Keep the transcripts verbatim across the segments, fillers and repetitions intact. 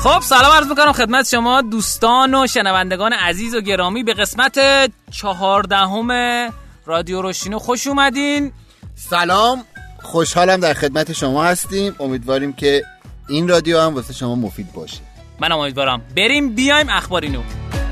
خب سلام عرض میکنم خدمت شما دوستان و شنوندگان عزیز و گرامی به قسمت چهاردهم رادیو روشینو خوش اومدین. سلام، خوشحالم در خدمت شما هستیم. امیدواریم که این رادیو هم واسه شما مفید باشه. من امیدوارم. بریم بیایم اخبارینو.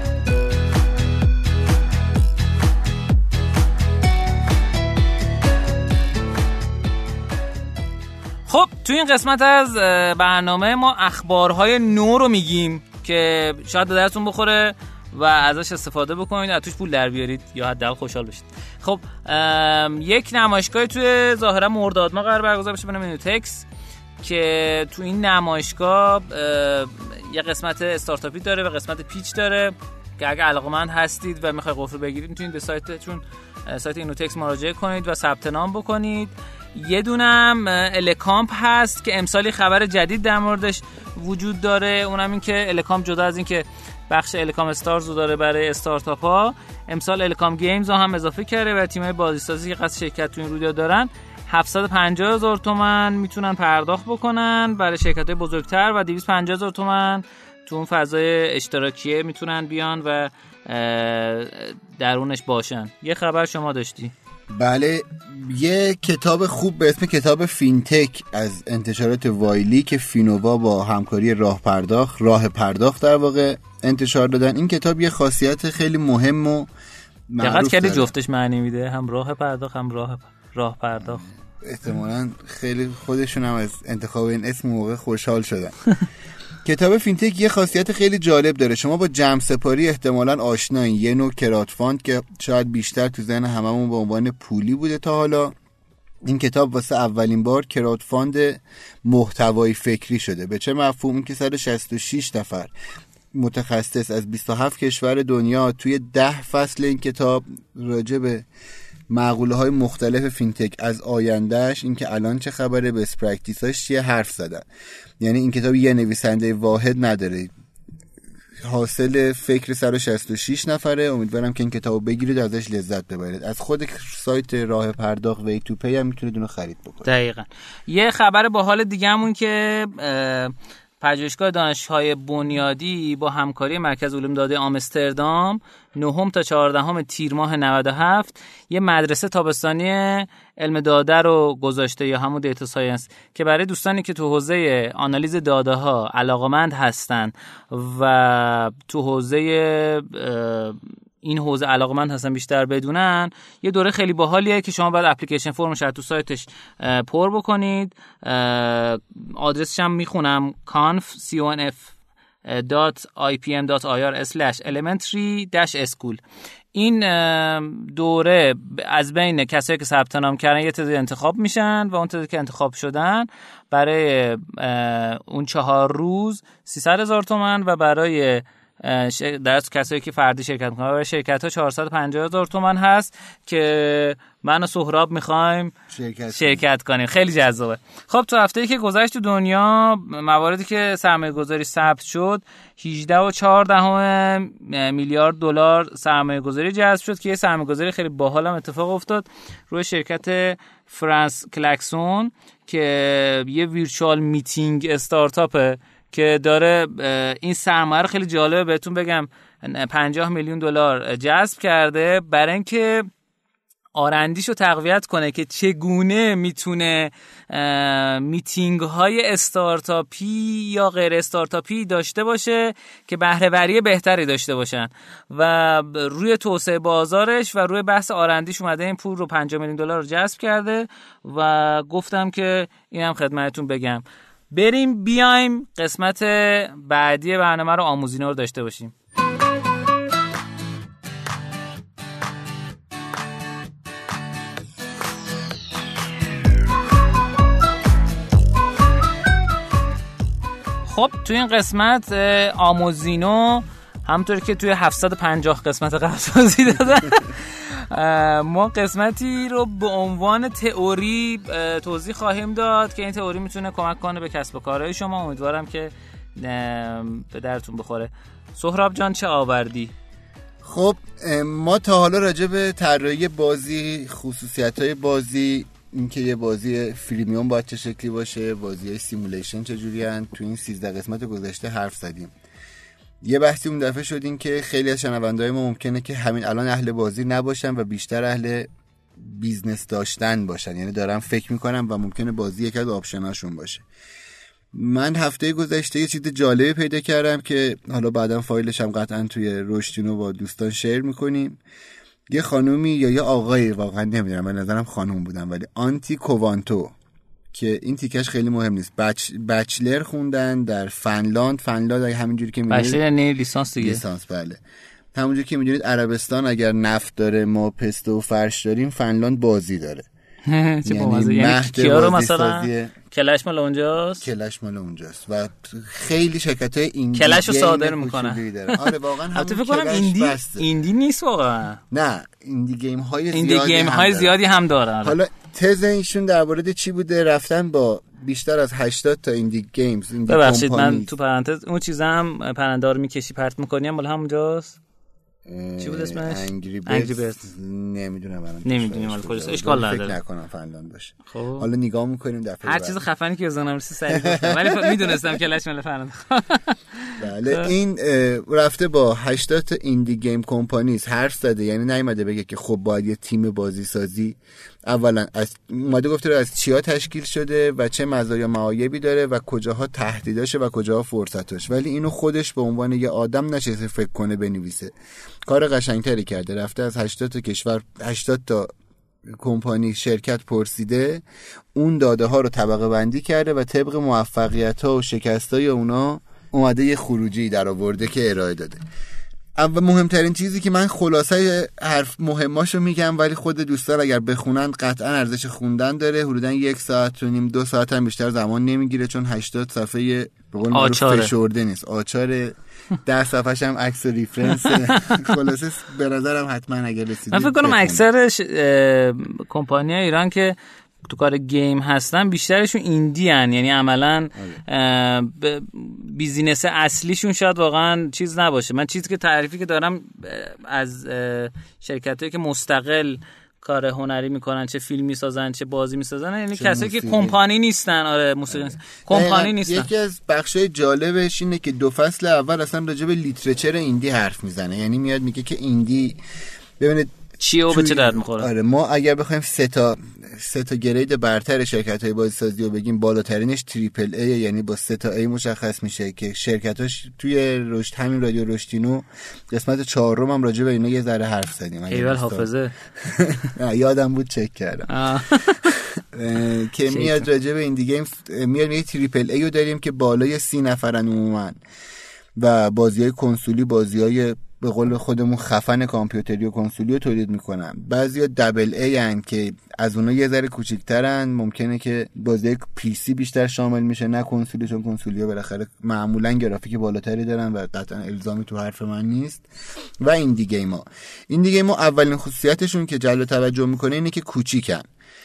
خب تو این قسمت از برنامه ما اخبارهای نو رو میگیم که شاید به درتون بخوره و ازش استفاده بکنید، از توش پول در بیارید یا حداقل خوشحال بشید. خب یک نمایشگاه توی ظاهرا مرداد ما قرار برگزار بشه به نام اینوتکس که تو این نمایشگاه یه قسمت استارتاپی داره و قسمت پیچ داره که اگه علاقه‌مند هستید و میخواید قفل بگیرید میتونید به سایتشون سایت اینوتکس مراجعه کنید و ثبت نام بکنید. یه دونم الکامپ هست که امسالی خبر جدید در موردش وجود داره، اونم این که الکامپ جدا از این که بخش الکام استارز رو داره برای استارتاپ ها، امسال الکام گیمز رو هم اضافه کرده و تیم‌های بازیسازی که قصد شرکت تو این رویداد دارن هفتصد و پنجاه هزار تومان میتونن پرداخت بکنن برای شرکت‌های بزرگتر و دویست و پنجاه هزار تومان تو اون فضای اشتراکیه میتونن بیان و درونش باشن. یه خبر شما داشتی؟ بله، یه کتاب خوب به اسم کتاب فینتک از انتشارات وایلی که فینووا با همکاری راه پرداخت راه پرداخت در واقع انتشار دادن. این کتاب یه خاصیت خیلی مهم و معروف داره. جفتش معنی میده، هم راه پرداخت هم راه راه پرداخت. احتمالاً خیلی خودشون هم از انتخاب این اسم موقع خوشحال شدن. کتاب فینتک یه خاصیت خیلی جالب داره. شما با جمع سپاری احتمالاً آشنایین، یه نوع کرات فاند که شاید بیشتر تو ذهن هممون به عنوان پولی بوده تا حالا. این کتاب واسه اولین بار کرات فاند محتوایی فکری شده. به چه مفهوم؟ این که صد و شصت و شش نفر متخصص از بیست و هفت کشور دنیا توی ده فصل این کتاب راجع به مقوله های مختلف فینتک، از آیندهش، این که الان چه خبره، بست پرکتیساش چیه، حرف زدن. یعنی این کتاب یه نویسنده واحد نداره، حاصل فکر صد و شصت و شش نفره. امیدوارم که این کتابو بگیرید و ازش لذت ببرید. از خود سایت راه پرداخت وی تو پی هم میتونید اونو خرید بکنید. دقیقاً. یه خبر باحال دیگه همون که پژوهشگاه دانشگاه بنیادی با همکاری مرکز علوم داده آمستردام نهم تا چهاردهم تیر ماه نود و هفت یه مدرسه تابستانی علم داده رو گذاشته یا همون دیتا ساینس که برای دوستانی که تو حوزه آنالیز داده ها علاقمند هستن و تو حوزه این حوزه علاقمند هستن بیشتر بدونن، یه دوره خیلی باحالیه که شما باید اپلیکیشن فرمش رو تو سایتش پر بکنید. آدرسش هم میخونم conf dot i p m dot i r slash elementary dash school. این دوره از بین کسایی که ثبت نام کردن یه تعداد انتخاب میشن و اون تعدادی که انتخاب شدن برای اون چهار روز سیصد هزار تومان و برای در کسایی که فردی شرکت میکنن برای شرکت ها چهارصد و پنجاه هزار تومان هست که من و سهراب میخوایم شرکت, شرکت کنیم. خیلی جذابه. خب تو هفته‌ای که گذشت تو دنیا مواردی که سرمایه گذاری ثبت شد هجده و چهار دهم میلیارد دلار سرمایه گذاری جذب شد که یه سرمایه گذاری خیلی باحال هم اتفاق افتاد روی شرکت فرانس کلکسون که یه ویرچوال میتینگ استارتاپه که داره این سرمایه رو خیلی جالبه بهتون بگم پنجاه میلیون دلار جذب کرده برای اینکه آرندیشو تقویت کنه که چگونه میتونه میتینگ های استارتاپی یا غیر استارتاپی داشته باشه که بهره وری بهتری داشته باشن و روی توسعه بازارش و روی بحث آرندیش اومده این پول رو پنجاه میلیون دلار رو جذب کرده و گفتم که اینم خدمتتون بگم. بریم بیایم قسمت بعدی برنامه رو آموزینو رو داشته باشیم. خب تو این قسمت آموزینو همونطور که توی هفتصد و پنجاه قسمت قبل توضیح دادن ما قسمتی رو به عنوان تئوری توضیح خواهیم داد که این تئوری میتونه کمک کنه به کسب و کارهای شما. امیدوارم که به درتون بخوره. سهراب جان چه آوردی؟ خب ما تا حالا راجع به طراحی بازی، خصوصیت‌های بازی، اینکه یه بازی فریمیوم باید چه شکلی باشه، بازی سیمولیشن چجوری هن. تو این سیزده قسمت گذشته حرف زدیم. یه بحثی اون دفعه شد این که خیلی از شنونده‌های ما ممکنه که همین الان اهل بازی نباشن و بیشتر اهل بیزنس داشتن باشن، یعنی دارن فکر میکنن و ممکنه بازی یکی از آپشناشون باشه. من هفته گذشته یه چیز جالبی پیدا کردم که حالا بعداً فایلش هم قطعاً توی رشتینو با دوستان شیر میکنیم. یه خانومی یا یه آقایی، واقعا نمیدونم، به نظرم خانوم بودن، ولی آنتی کووانتو که این تیکش خیلی مهم نیست، بچ... بچلر خوندن در فنلاند. فنلاند همینجوری که میدونید بچلر یعنی لیسانس دیگه. لیسانس بله. همونجوری که میدونید عربستان اگر نفت داره ما پستو و فرش داریم، فنلاند بازی داره. چه بامزه. یعنی کیا رو مثلا کلش مال اونجاست؟ کلش مال اونجاست و خیلی شرکت‌های ایندی کلش رو صادر میکنن. آره واقعا همون فکر کنم ایندی بسته. ایندی نیست واقعا. نه ایندی گیم های زیادی ایندی گیم های زیادی هم دارن. حالا تز ایشون در مورد چی بوده؟ رفتن با بیشتر از هشتاد تا ایندی گیمز، ایندی ببخشید من تو پرانتز اون چیزام پرنده رو میکشی پرت میکنیم مال همونجاست. چی بود اسمش؟ انگری برد. نمیدونم الان. نمیدونیم مال کجاست. اشکال نداره. فکر نکنم فنلاند باشه. خب حالا نگاه میکنیم دفعه هر چیز خفنی که بزنم رسی سری گفتم، ولی میدونستم که لش مال فنلاند. بله این رفته با هشتاد تا ایندی گیم کمپانیز حرف زده، یعنی نیومده بگه که خب باید یه تیم بازی سازی اولا از اومده گفته از چیا تشکیل شده و چه مزایا معایبی داره و کجاها تهدیداشه و کجاها فرصتاش، ولی اینو خودش به عنوان یه آدم نشسته فکر کنه بنویسه. کار قشنگتری کرده، رفته از هشتاد تا کشور هشتاد تا کمپانی شرکت پرسیده، اون داده ها رو طبقه بندی کرده و طبق موفقیت ها و شکست های اونا اومده یه خروجی در آورده که ارائه داده. اول مهمترین چیزی که من خلاصه حرف مهماشو میگم، ولی خود دوستان اگر بخونن قطعا ارزش خوندن داره. حدوداً یک ساعت و نیم دو ساعت هم بیشتر زمان نمیگیره، چون هشتاد صفحه به قول معروف فشرده نیست، آچار. ده صفحه‌ش هم عکس و ریفرنس. خلاصه به نظرم حتما اگر رسیدید من فکر کنم اکثر کمپانی‌های ایران که تو کار گیم هستن بیشترشون ایندی هن، یعنی عملا بیزینس اصلیشون شاید واقعا چیز نباشه. من چیزی که تعریفی که دارم از شرکتایی که مستقل کار هنری میکنن، چه فیلم میسازن چه بازی میسازن، یعنی کسایی که کمپانی نیستن. آره موسیقی کمپانی نیستن. یکی از بخشای جالبش اینه که دو فصل اول اصلا راجع به لیترچر ایندی حرف میزنه، یعنی میاد میگه که ایندی ببینید چیه و به چه درد میخوره. آره ما اگر بخوایم سه تا سه تا گرید برتر شرکت‌های بازیسازی رو بگیم، بالاترینش تریپل ای، یعنی با سه تا ای مشخص میشه که شرکتاش توی رشد همین رادیو رشدینو قسمت چهارم هم راجع به اینا یه ذره حرف زدیم. ایول حافظه یادم بود چک کردم. که میاد راجع به این دیگه میاد یه تریپل ای رو داریم که بالای سی نفرن عموما و بازی‌های کنسولی، بازی‌های به قول خودمون خفن کامپیوتری و کنسولی رو تولید میکنن. بعضیا دبل ای هن که از اونها یه ذره کوچیک‌ترن، ممکنه که بازی پی سی بیشتر شامل میشه نه کنسولی، چون کنسولی‌ها بالاخره معمولا گرافیک بالاتری دارن و قطعا الزامی تو حرف من نیست. و این دیگه ما این دیگه ما اولین خصوصیتشون که جلب توجه میکنه اینه که کوچیکن،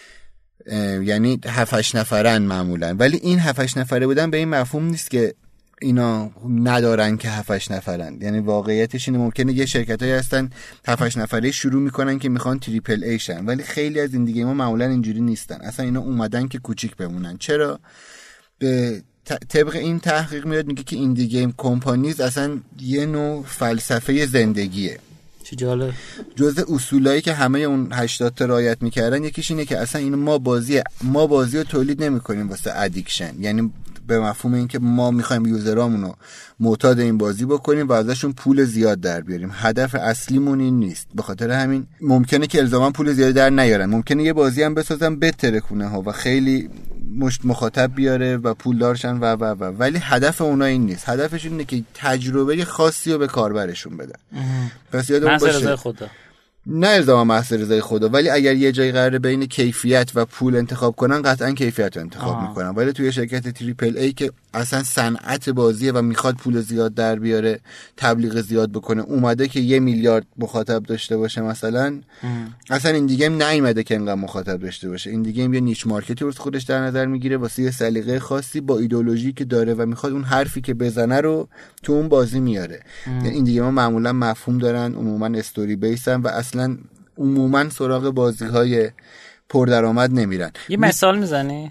یعنی هفت هشت نفرن معمولا. ولی این هفت هشت نفره بودن به این مفهوم نیست که اینا ندارن که هفت هشت نفرن، یعنی واقعیتش اینه ممکنه یه شرکتایی هستن هفت هشت نفره شروع میکنن که میخوان تریپل ای شن، ولی خیلی از این دیگه ما معمولا اینجوری نیستن، اصلا اینا اومدن که کوچیک بمونن. چرا؟ به طبق این تحقیق میاد میگه که ایندی گیم کمپانیز اصلا یه نوع فلسفه زندگیه. چه جالب. جزء اصولایی که همه اون هشتاد تا رعایت میکردن یکیش اینه که اصلا اینو ما بازی ما بازی رو تولید نمیکنیم واسه ادیکشن، یعنی به مفهوم این که ما میخوایم یوزرامونو معتاد این بازی بکنیم و ازشون پول زیاد در بیاریم. هدف اصلیمون این نیست. به خاطر همین ممکنه که الزاما پول زیاد در نیارن، ممکنه یه بازی هم بسازن بترکونه ها و خیلی مشت مخاطب بیاره و پول دارشن و و و ولی هدف اونا این نیست. هدفشون اینه که تجربه خاصی رو به کاربرشون بدن. پس یادمون باشه خدا نه الزاما محض رضای خدا، ولی اگر یه جایی قراره بین کیفیت و پول انتخاب کنن قطعا کیفیت رو انتخاب آه. میکنن. ولی توی شرکت تریپل ای که اصلا صنعت بازیه و میخواد پول زیاد در بیاره، تبلیغ زیاد بکنه، اومده که یه میلیارد مخاطب داشته باشه مثلا ام. اصلا این دیگه هم نیومده که انقدر مخاطب داشته باشه. این دیگه هم یه نیچ مارکتی رو خودش در نظر میگیره واسه یه سلیقه خاصی با ایدئولوژی که داره و میخواد اون حرفی که بزنه رو تو اون بازی میاره. این دیگه ما معمولا مفهوم دارن، عموما استوری بیسن و اصلا عموما سراغ بازی‌های پردرآمد نمیرن. یه مثال میزنی؟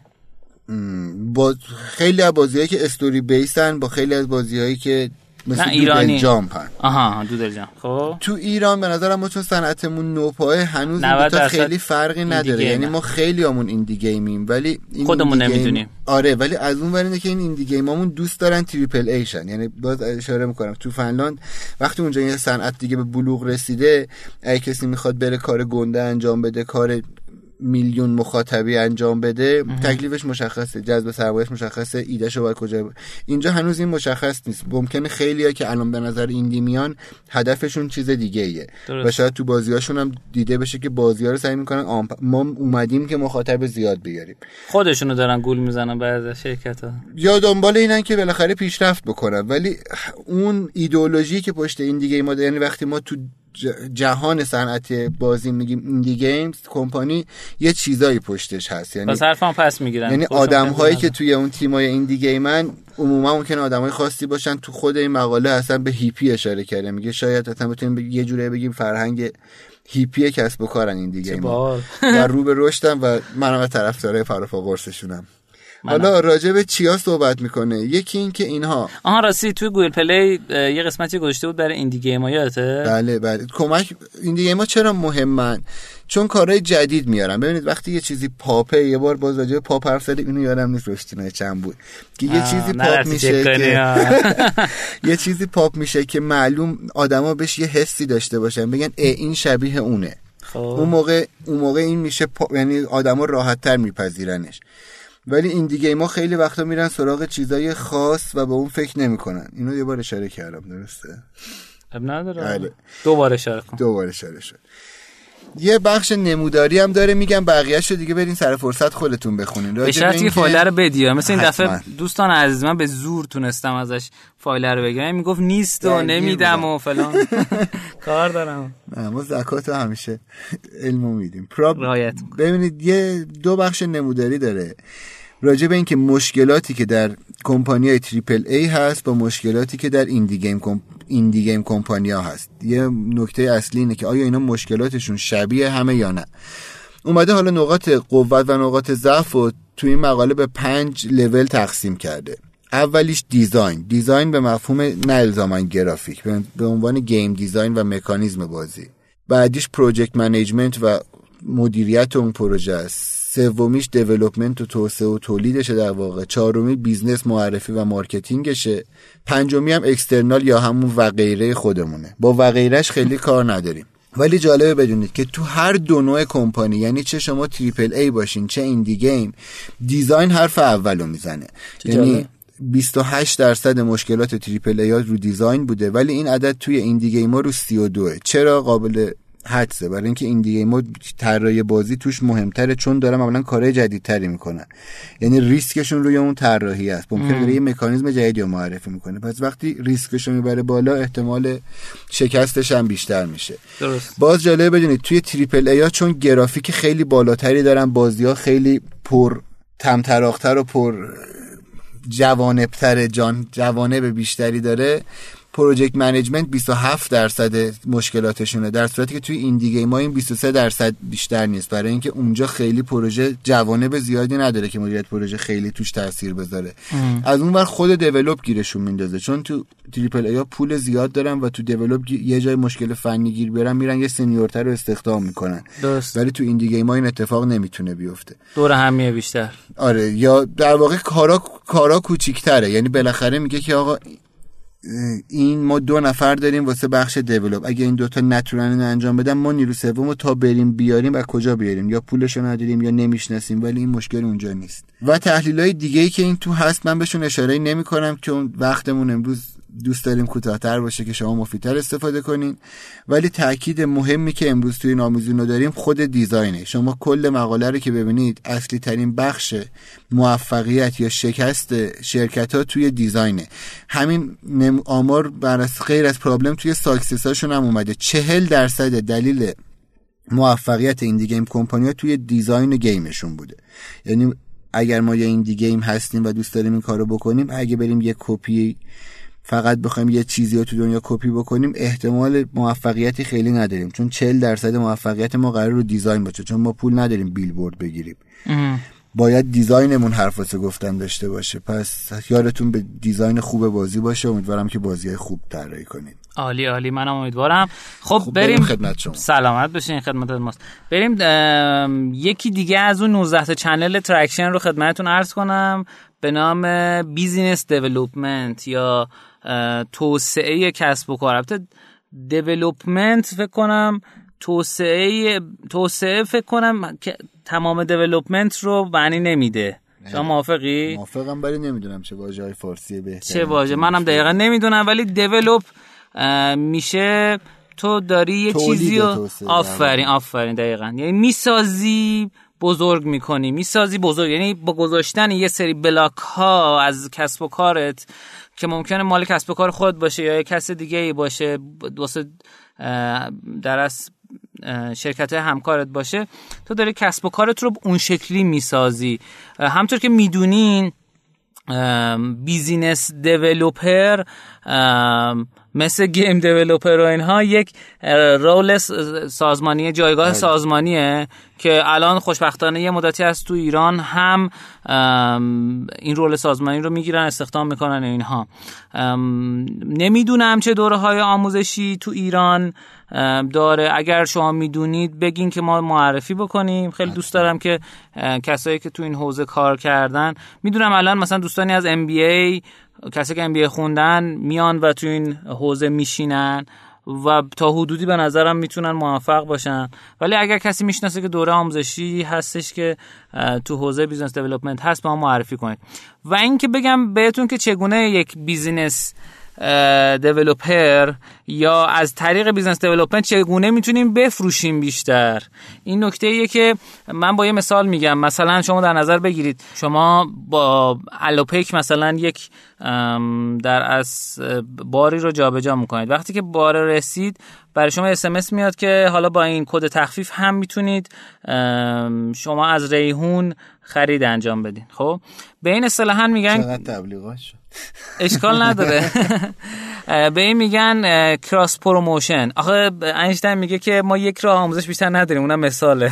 با خیلی از بازیایی که استوری بیسن با خیلی از بازیایی که مثل ایرانی جامپن. آها دودل جامپ. خب تو ایران به نظرم ما چون صنعتمون نوپایه هنوز این تا خیلی فرقی نداره، یعنی ما خیلی همون ایندی گیمیم ولی این خودمون نمیدونیم. آره ولی از اون ور اینه که این ایندی گیمامون دوست دارن تریپل ایشن. یعنی باز اشاره میکنم تو فنلاند وقتی اونجا این صنعت دیگه به بلوغ رسیده، اگه کسی میخواد بره کار گنده انجام بده، کار میلیون مخاطبی انجام بده، تکلیفش مشخصه، جذب سرمایه‌اش مشخصه، ایدهشو باید کجا ب... اینجا هنوز این مشخص نیست. ممکنه خیلیا که الان به نظر ایندی میان هدفشون چیز دیگه ایه و شاید تو بازیاشون هم دیده بشه که بازی‌ها رو سعی میکنن آمپ... ما اومدیم که مخاطب زیاد بیاریم، خودشونو دارن گول میزنن بعضی از شرکت‌ها، یا دنبال اینن که بالاخره پیشرفت بکنن. ولی اون ایدئولوژی که پشت این دیگه ما، یعنی وقتی ما تو جهان صنعت بازی میگیم ایندی گیمز کمپانی، یه چیزایی پشتش هست، یعنی پس حرفم پس میگیرن. یعنی آدم‌هایی که توی اون تیمای ایندی گیمن عموما ممکنه آدمای خاصی باشن. تو خود این مقاله اصلا به هیپی اشاره کرده، میگه شاید اصلا بتونیم یه جوری بگیم فرهنگ هیپی کسب و کارن ایندی گیم‌ها و رو به رشدن و منم طرفدار پروپا قرصشونم. حالا راجع به چیا صحبت میکنه؟ یکی این که اینها آها راستی توی گوگل پلی یه قسمتی گذاشته بود برای ایندی گیم‌ها، یادته؟ بله بله. کمک ایندی گیم‌ها چرا مهمن؟ چون کارهای جدید میارن. ببینید وقتی یه چیزی پاپه، یه بار باز راجع به پاپ حرف زدیم، اینو یادم نیست رشتینای چند بود که یه چیزی پاپ میشه که یه چیزی پاپ میشه که معلوم آدما بهش یه حسی داشته باشن، بگن ای این شبیه اونه. خب. اون موقع اون موقع این میشه پا... یعنی آدما راحت‌تر میپذیرنش. ولی این دیگه ما خیلی وقتا میرن سراغ چیزای خاص و به اون فکر نمیکنن. اینو یه بار اشاره کردم، درسته؟ اب نداره. دوباره اشاره کن. دوباره اشاره شد. یه بخش نموداری هم داره، میگم بقیه‌شو دیگه برین سر فرصت خودتون بخونین. به شرطی که فایل رو بدیا. مثلا این دفعه دوستان عزیز من به زور تونستم ازش فایل رو بگیرم، میگفت نیست و نمیدم و فلان. کار دارم. ما زکاتو همیشه علمو میدیم. پراب رعایت. ببینید یه دو بخش نموداری داره راجع به این که مشکلاتی که در کمپانی‌های تریپل ای هست با مشکلاتی که در ایندی گیم کمپ ایندی گیم کمپانی‌ها هست. یه نکته اصلی اینه که آیا اینا مشکلاتشون شبیه همه یا نه. اومده حالا نقاط قوت و نقاط ضعف رو تو این مقاله به پنج لول تقسیم کرده. اولیش دیزاین. دیزاین به مفهوم نه الزاماً گرافیک، به عنوان گیم دیزاین و مکانیزم بازی. بعدیش پروژکت منیجمنت و مدیریت اون پروژه است. سومیش دیولپمنت و توسعه و تولیدشه در واقع. چهارمی بیزنس معرفی و مارکتینگشه. پنجمی هم اکسترنال یا همون و غیره خودمونه. با و غیرهش خیلی کار نداریم. ولی جالبه بدونید که تو هر دو نوع کمپانی، یعنی چه شما تریپل ای باشین چه ایندی گیم، دیزاین حرف اولو میزنه. یعنی بیست و هشت درصد مشکلات تریپل ای ها رو دیزاین بوده، ولی این عدد توی ایندی گیم ها رو سی و دو. چرا قابل حدسه؟ برای اینکه این دیگه ما طراحی بازی توش مهمتره، چون دارن معمولا کارهای جدیدتری میکنن، یعنی ریسکشون روی اون طراحی است. ممکنه داره یه مکانیزم جدیدی رو معرفی میکنه، پس وقتی ریسکش رو میبره بالا احتمال شکستش هم بیشتر میشه. درست. باز جالبه بدونید توی تریپل ای ها چون گرافیک خیلی بالاتری دارن، بازی‌ها خیلی پر تمطراق‌تر و پر جوانب‌تر، جان جوانب بیشتری داره. پروژکت منیجمنت بیست و هفت درصد مشکلاتشونه، در صورتی که توی ایندی گیم ها این بیست و سه درصد بیشتر نیست، برای اینکه اونجا خیلی پروژه جوانب زیادی نداره که مدیریت پروژه خیلی توش تاثیر بذاره. ام. از اون ور خود دیولپ گیرشون میندازه، چون تو تریپل ای ها پول زیاد دارن و تو دیولپ یه جای مشکل فنی گیر بیارن میرن یه سنیورتر رو استخدام میکنن. درست. ولی تو ایندی گیم ها این اتفاق نمیتونه بیفته، دور همیه بیشتر. آره، یا در واقع کارا کارا کوچیک‌تره، یعنی بالاخره میگه که آقا این ما دو نفر داریم واسه بخش دیولپ، اگه این دوتا نتونن اینو انجام بدن ما نیرو سومو تا بریم بیاریم از کجا بیاریم؟ یا پولشو نداریم یا نمیشناسیم. ولی این مشکل اونجا نیست. و تحلیلای دیگه‌ای که این تو هست من بهشون اشاره نمی‌کنم چون وقتمون امروز دوست داریم کوتاه‌تر باشه که شما مفیدتر استفاده کنین. ولی تاکید مهمی که امروز توی ناموزونو داریم خود دیزاینه. شما کل مقاله رو که ببینید اصلی ترین بخش موفقیت یا شکست شرکت‌ها توی دیزاینه. همین آمار بر غیر از پرابلم توی ساکسساشون هم اومده. چهل درصد دلیل موفقیت ایندی گیم کمپانی‌ها توی دیزاین گیمشون بوده. یعنی اگر ما یه ایندی گیم هستیم و دوست داریم این کارو بکنیم، اگه بریم یه کپی فقط بخوایم یه چیزی رو تو دنیا کپی بکنیم احتمال موفقیتی خیلی نداریم، چون چهل درصد موفقیت ما قرار رو دیزاین باشه، چون ما پول نداریم بیلبورد بگیریم. اه. باید دیزاینمون حرفاتو گفتن داشته باشه. پس یادتون به دیزاین خوب بازی باشه. امیدوارم که بازی‌های خوب طراحی کنید. عالی عالی، منم امیدوارم. خب, خب بریم, بریم خدمت شما. سلامت باشین، خدمت ماست. بریم یکی دیگه از اون نوزده تا چنل ترکشن رو خدمتتون عرض کنم به نام بیزینس دیولپمنت یا توسعه کسب و کار. البته دیولپمنت فکر کنم توسعه توسعه فکر کنم که تمام دیولپمنت رو معنی نمیده. شما موافقی؟ موافقم، ولی نمیدونم چه واژه‌های فارسی بهتره. چه واژه منم دقیقاً نمیدونم، ولی دیولپ میشه تو داری یه چیزی رو آفرین آفرین دقیقاً، یعنی میسازی، بزرگ میکنی، میسازی بزرگ، یعنی با گذاشتن یه سری بلاک ها از کسب و کارت که ممکنه مال کسب و کار خود باشه یا یه کس دیگه ای باشه، واسه در اصل شرکت همکارت باشه، تو داری کسب و کارت رو اون شکلی میسازی. همطور که میدونین بیزینس دیولپر مثل گیم دیولپر و اینها یک رول سازمانی، جایگاه هاید. سازمانیه که الان خوشبختانه یه مدتی از تو ایران هم این رول سازمانی رو میگیرن، استخدام میکنن اینها. نمیدونم چه دوره‌های آموزشی تو ایران داره، اگر شما میدونید بگین که ما معرفی بکنیم. خیلی دوست دارم که کسایی که تو این حوزه کار کردن، میدونم الان مثلا دوستانی از ام بی ای، کسی که ام بی ای خوندن میان و تو این حوزه میشینن و تا حدودی به نظرم میتونن موفق باشن. ولی اگر کسی میشناسه که دوره آموزشی هستش که تو حوزه بیزنس دیولپمنت هست، به ما معرفی کنید. و این که بگم بهتون که چگونه یک بیزینس دیولپر یا از طریق بیزنس دیولپمنت چگونه میتونیم بفروشیم بیشتر. این نکته ایه که من با یه مثال میگم. مثلا شما در نظر بگیرید شما با الوپیک مثلا یک در از باری رو جابجا میکنید. وقتی که بار رسید برای شما اس ام اس میاد که حالا با این کد تخفیف هم میتونید شما از ریحون خرید انجام بدین. خب به این اصطلاحاً میگن چقدر تبلیغات شد، اشکال نداره. به این میگن کراس پروموشن. آخه اینشتین میگه که ما یک راه آموزش بیشتر نداریم، اونم مثاله.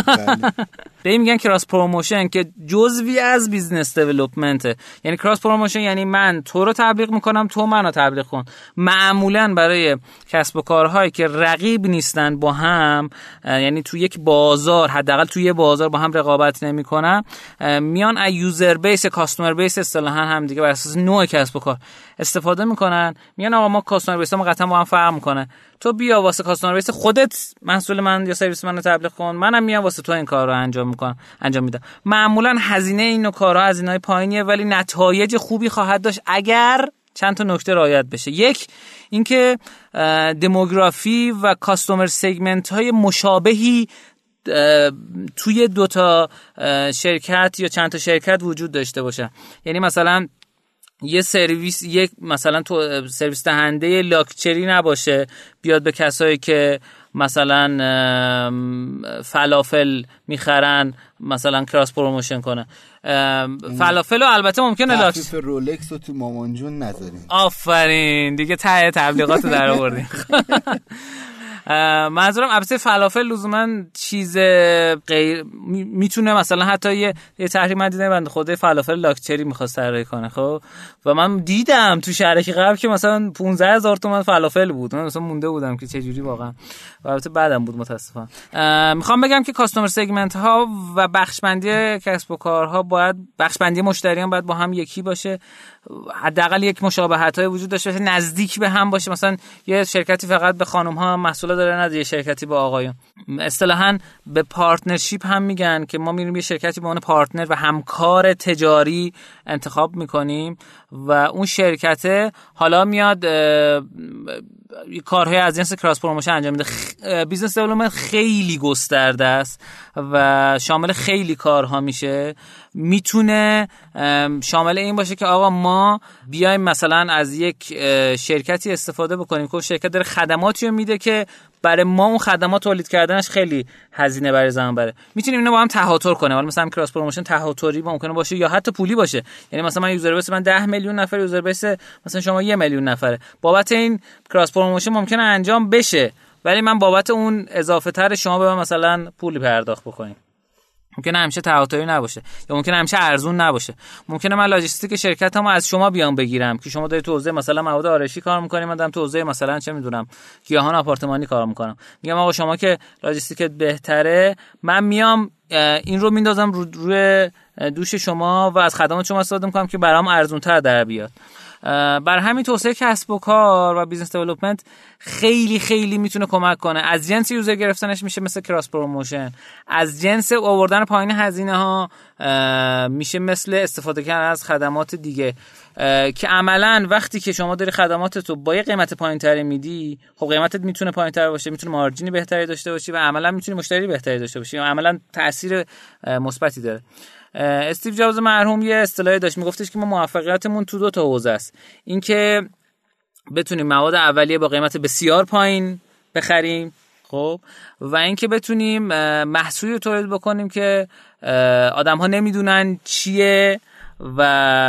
به این میگن کراس پروموشن که جزوی از بیزنس دیولپمنته. یعنی کراس پروموشن یعنی من تو رو تبلیغ میکنم، تو منو تبلیغ کن. معمولا برای کسب و کارهایی که رقیب نیستن با هم، یعنی تو یک بازار، حداقل تو یه بازار با هم رقابت نمیکنن، میان از یوزر بیس، کاستومر بیس اصطلاحا هم دیگه بر اساس نوع کسب و کار استفاده میکنن. میگن آقا ما کاستومر بیس ما قطعا با هم فرق میکنه، تو بیا واسه کاستومر بیس خودت محصول من یا سرویس منو تبلیغ کن، منم میام واسه تو این کار رو انجام میکنم انجام میدم. معمولا هزینه این نوع کارها هزینه‌های پایینیه، ولی نتایج خوبی خواهد داشت اگر چند تا نکته رعایت بشه. یک اینکه دموگرافی و کاستومر سگمنت های مشابهی توی دوتا شرکت یا چند تا شرکت وجود داشته باشه. یعنی مثلا یه سرویس، یک مثلا تو سرویس دهنده لاکچری نباشه بیاد به کسایی که مثلا فلافل میخرن مثلا کراس پروموشن کنه. فلافل رو البته ممکنه تخفیف رولکس رو تو مامان جون نذارین. آفرین دیگه، ته تبلیغات رو در آوردین. منظورم البته فلافل لزوما چیز غیر میتونه، مثلا حتی یه یه تحریم من دیدم بنده خود فلافل لاکچری می‌خواست طراحی کنه. خب و من دیدم تو شهرکی قبل که مثلا پانزده هزار تومان فلافل بود. من مثلا مونده بودم که چه جوری واقعا، و البته بعدم بود متاسفانه. میخوام بگم که کاستومر سگمنت ها و بخش بندی کسب و کارها باید، بخش بندی مشتریان باید با هم یکی باشه، حداقل یک مشابهت‌های وجود داشته باشه، نزدیک به هم باشه. مثلا یه شرکتی فقط به خانم‌ها محصول داره، نه یه شرکتی به آقایون. اصطلاحاً به پارتنرشیپ هم میگن که ما میریم یه شرکتی به عنوان پارتنر و همکار تجاری انتخاب میکنیم و اون شرکته حالا میاد کارهای از جنس کراس پروموشن انجام میده. خ... بیزنس دیولپمنت خیلی گسترده است و شامل خیلی کارها میشه. میتونه شامل این باشه که آقا ما بیایم مثلا از یک شرکتی استفاده بکنیم که شرکت داره خدماتی رو میده که برای ما اون خدمات تولید کردنش خیلی هزینه برای زمان بره. میتونیم اینو با هم تهاتر کنیم. حالا مثلا کراس پروموشن تهاتری ممکنه باشه یا حتی پولی باشه. یعنی مثلا من یوزر بیس من ده میلیون نفر، یوزر بیس مثلا شما یک میلیون نفره. بابت این کراس پروموشن ممکنه انجام بشه، ولی من بابت اون اضافه تر شما به من مثلا پولی پرداخت بکنیم. ممکنه همیشه تهاتری نباشه یا ممکنه همیشه ارزون نباشه. ممکنه من لاجستیک شرکتمو از شما بیام بگیرم که شما دارید تو حوزه مثلا مواد آرایشی کار می‌کنید، من دارم تو حوزه مثلا چه می‌دونم گیاهان آپارتمانی کار می‌کنم. میگم آقا شما که لاجستیکت بهتره، من میام این رو میندازم رو روی دوش شما و از خدمات شما استفاده می‌کنم که برام ارزون‌تر در بیاد. بر همین توسعه کسب و کار و بیزنس دیولپمنت خیلی خیلی میتونه کمک کنه. از جنس یوزر گرفتنش میشه مثل کراس پروموشن، از جنس آوردن پایین هزینه ها میشه مثل استفاده کردن از خدمات دیگه که عملاً وقتی که شما داری خدماتتو با یه قیمت پایین‌تری میدی، خب قیمتت میتونه پایین‌تر باشه، میتونه مارجینی بهتری داشته باشی و عملاً میتونی مشتری بهتری داشته باشی و عملاً تأثیر مثبتی داره. استیو جابز مرحوم یه اصطلاحی داشت، میگفتش که ما موفقیتمون تو دو تا حوزه است. این که بتونیم مواد اولیه با قیمت بسیار پایین بخریم، خب، و این که بتونیم محصولی رو تولید بکنیم که آدم‌ها نمیدونن چیه و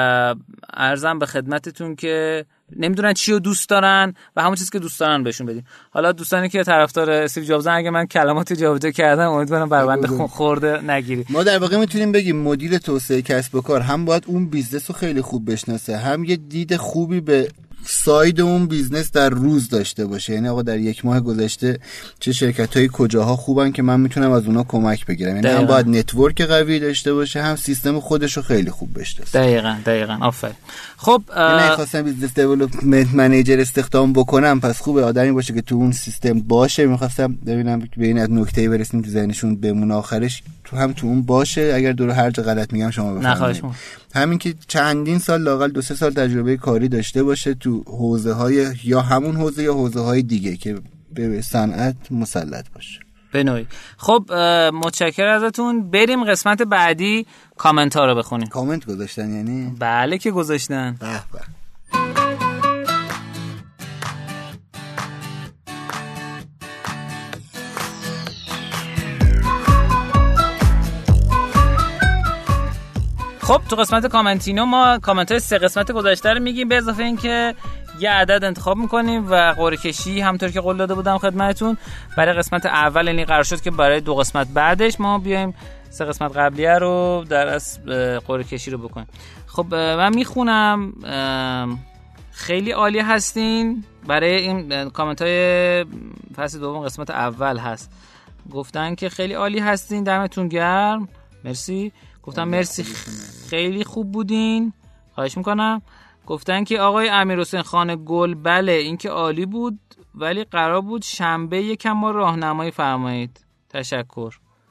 عرضم به خدمتتون که نمیدونن چی رو دوست دارن و همون چیزی که دوست دارن بهشون بدیم. حالا دوستانی که طرفدار استیو جابزن، اگه من کلمات جابجا کردم امیدوارم بر بنده خورده نگیری. ما در واقع میتونیم بگیم مدیر توسعه کسب و کار هم باید اون بیزنس رو خیلی خوب بشناسه، هم یه دید خوبی به ساید اون بیزنس در روز داشته باشه. یعنی آقا در یک ماه گذشته چه شرکت‌های کجاها خوبن که من میتونم از اونها کمک بگیرم. یعنی هم باید نتورک قوی داشته باشه، هم سیستم خودش رو خیلی خوب بشناسه. دقیقاً دقیقاً آفرین. خب من خواستم بیزنس دیولپمنت منیجر استخدام بکنم، پس خوبه آدمی باشه که تو اون سیستم باشه. می‌خواستم ببینم به این از نکته‌ای برسیم تو ذهنشون بمونه آخرش تو هم تو اون باشه. اگر دور هر جا غلط میگم شما بفرمایید. همین که چندین سال لاقل دو سه سال تجربه کاری داشته باشه تو حوزه‌های یا همون حوزه یا حوزه‌های دیگه که به صنعت مسلط باشه. به نوعی. خب متشکرم ازتون. بریم قسمت بعدی، کامنت ها رو بخونیم. کامنت گذاشتن یعنی؟ بله که گذاشتن. به به. خب تو قسمت کامنتینو ما کامنت های سه قسمت گذشته رو میگیم، به اضافه این که یه عدد انتخاب میکنیم و قرعه کشی همونطور که قول داده بودم خدمتتون برای قسمت اول، یعنی قرار شد که برای دو قسمت بعدش ما بیایم سه قسمت قبلیه رو در اصل قرعه کشی رو بکنیم. خب من میخونم. خیلی عالی هستین. برای این کامنت های فصل دوم قسمت اول هست. گفتن که خیلی عالی هستین، دمتون گرم، مرسی. گفتم مرسی، خیلی خوب بودین، خواهش میکنم. گفتن که آقای امیرحسین خان گل، بله این که عالی بود، ولی قرار بود شنبه یکم ما راهنمایی فرمایید، تشکر.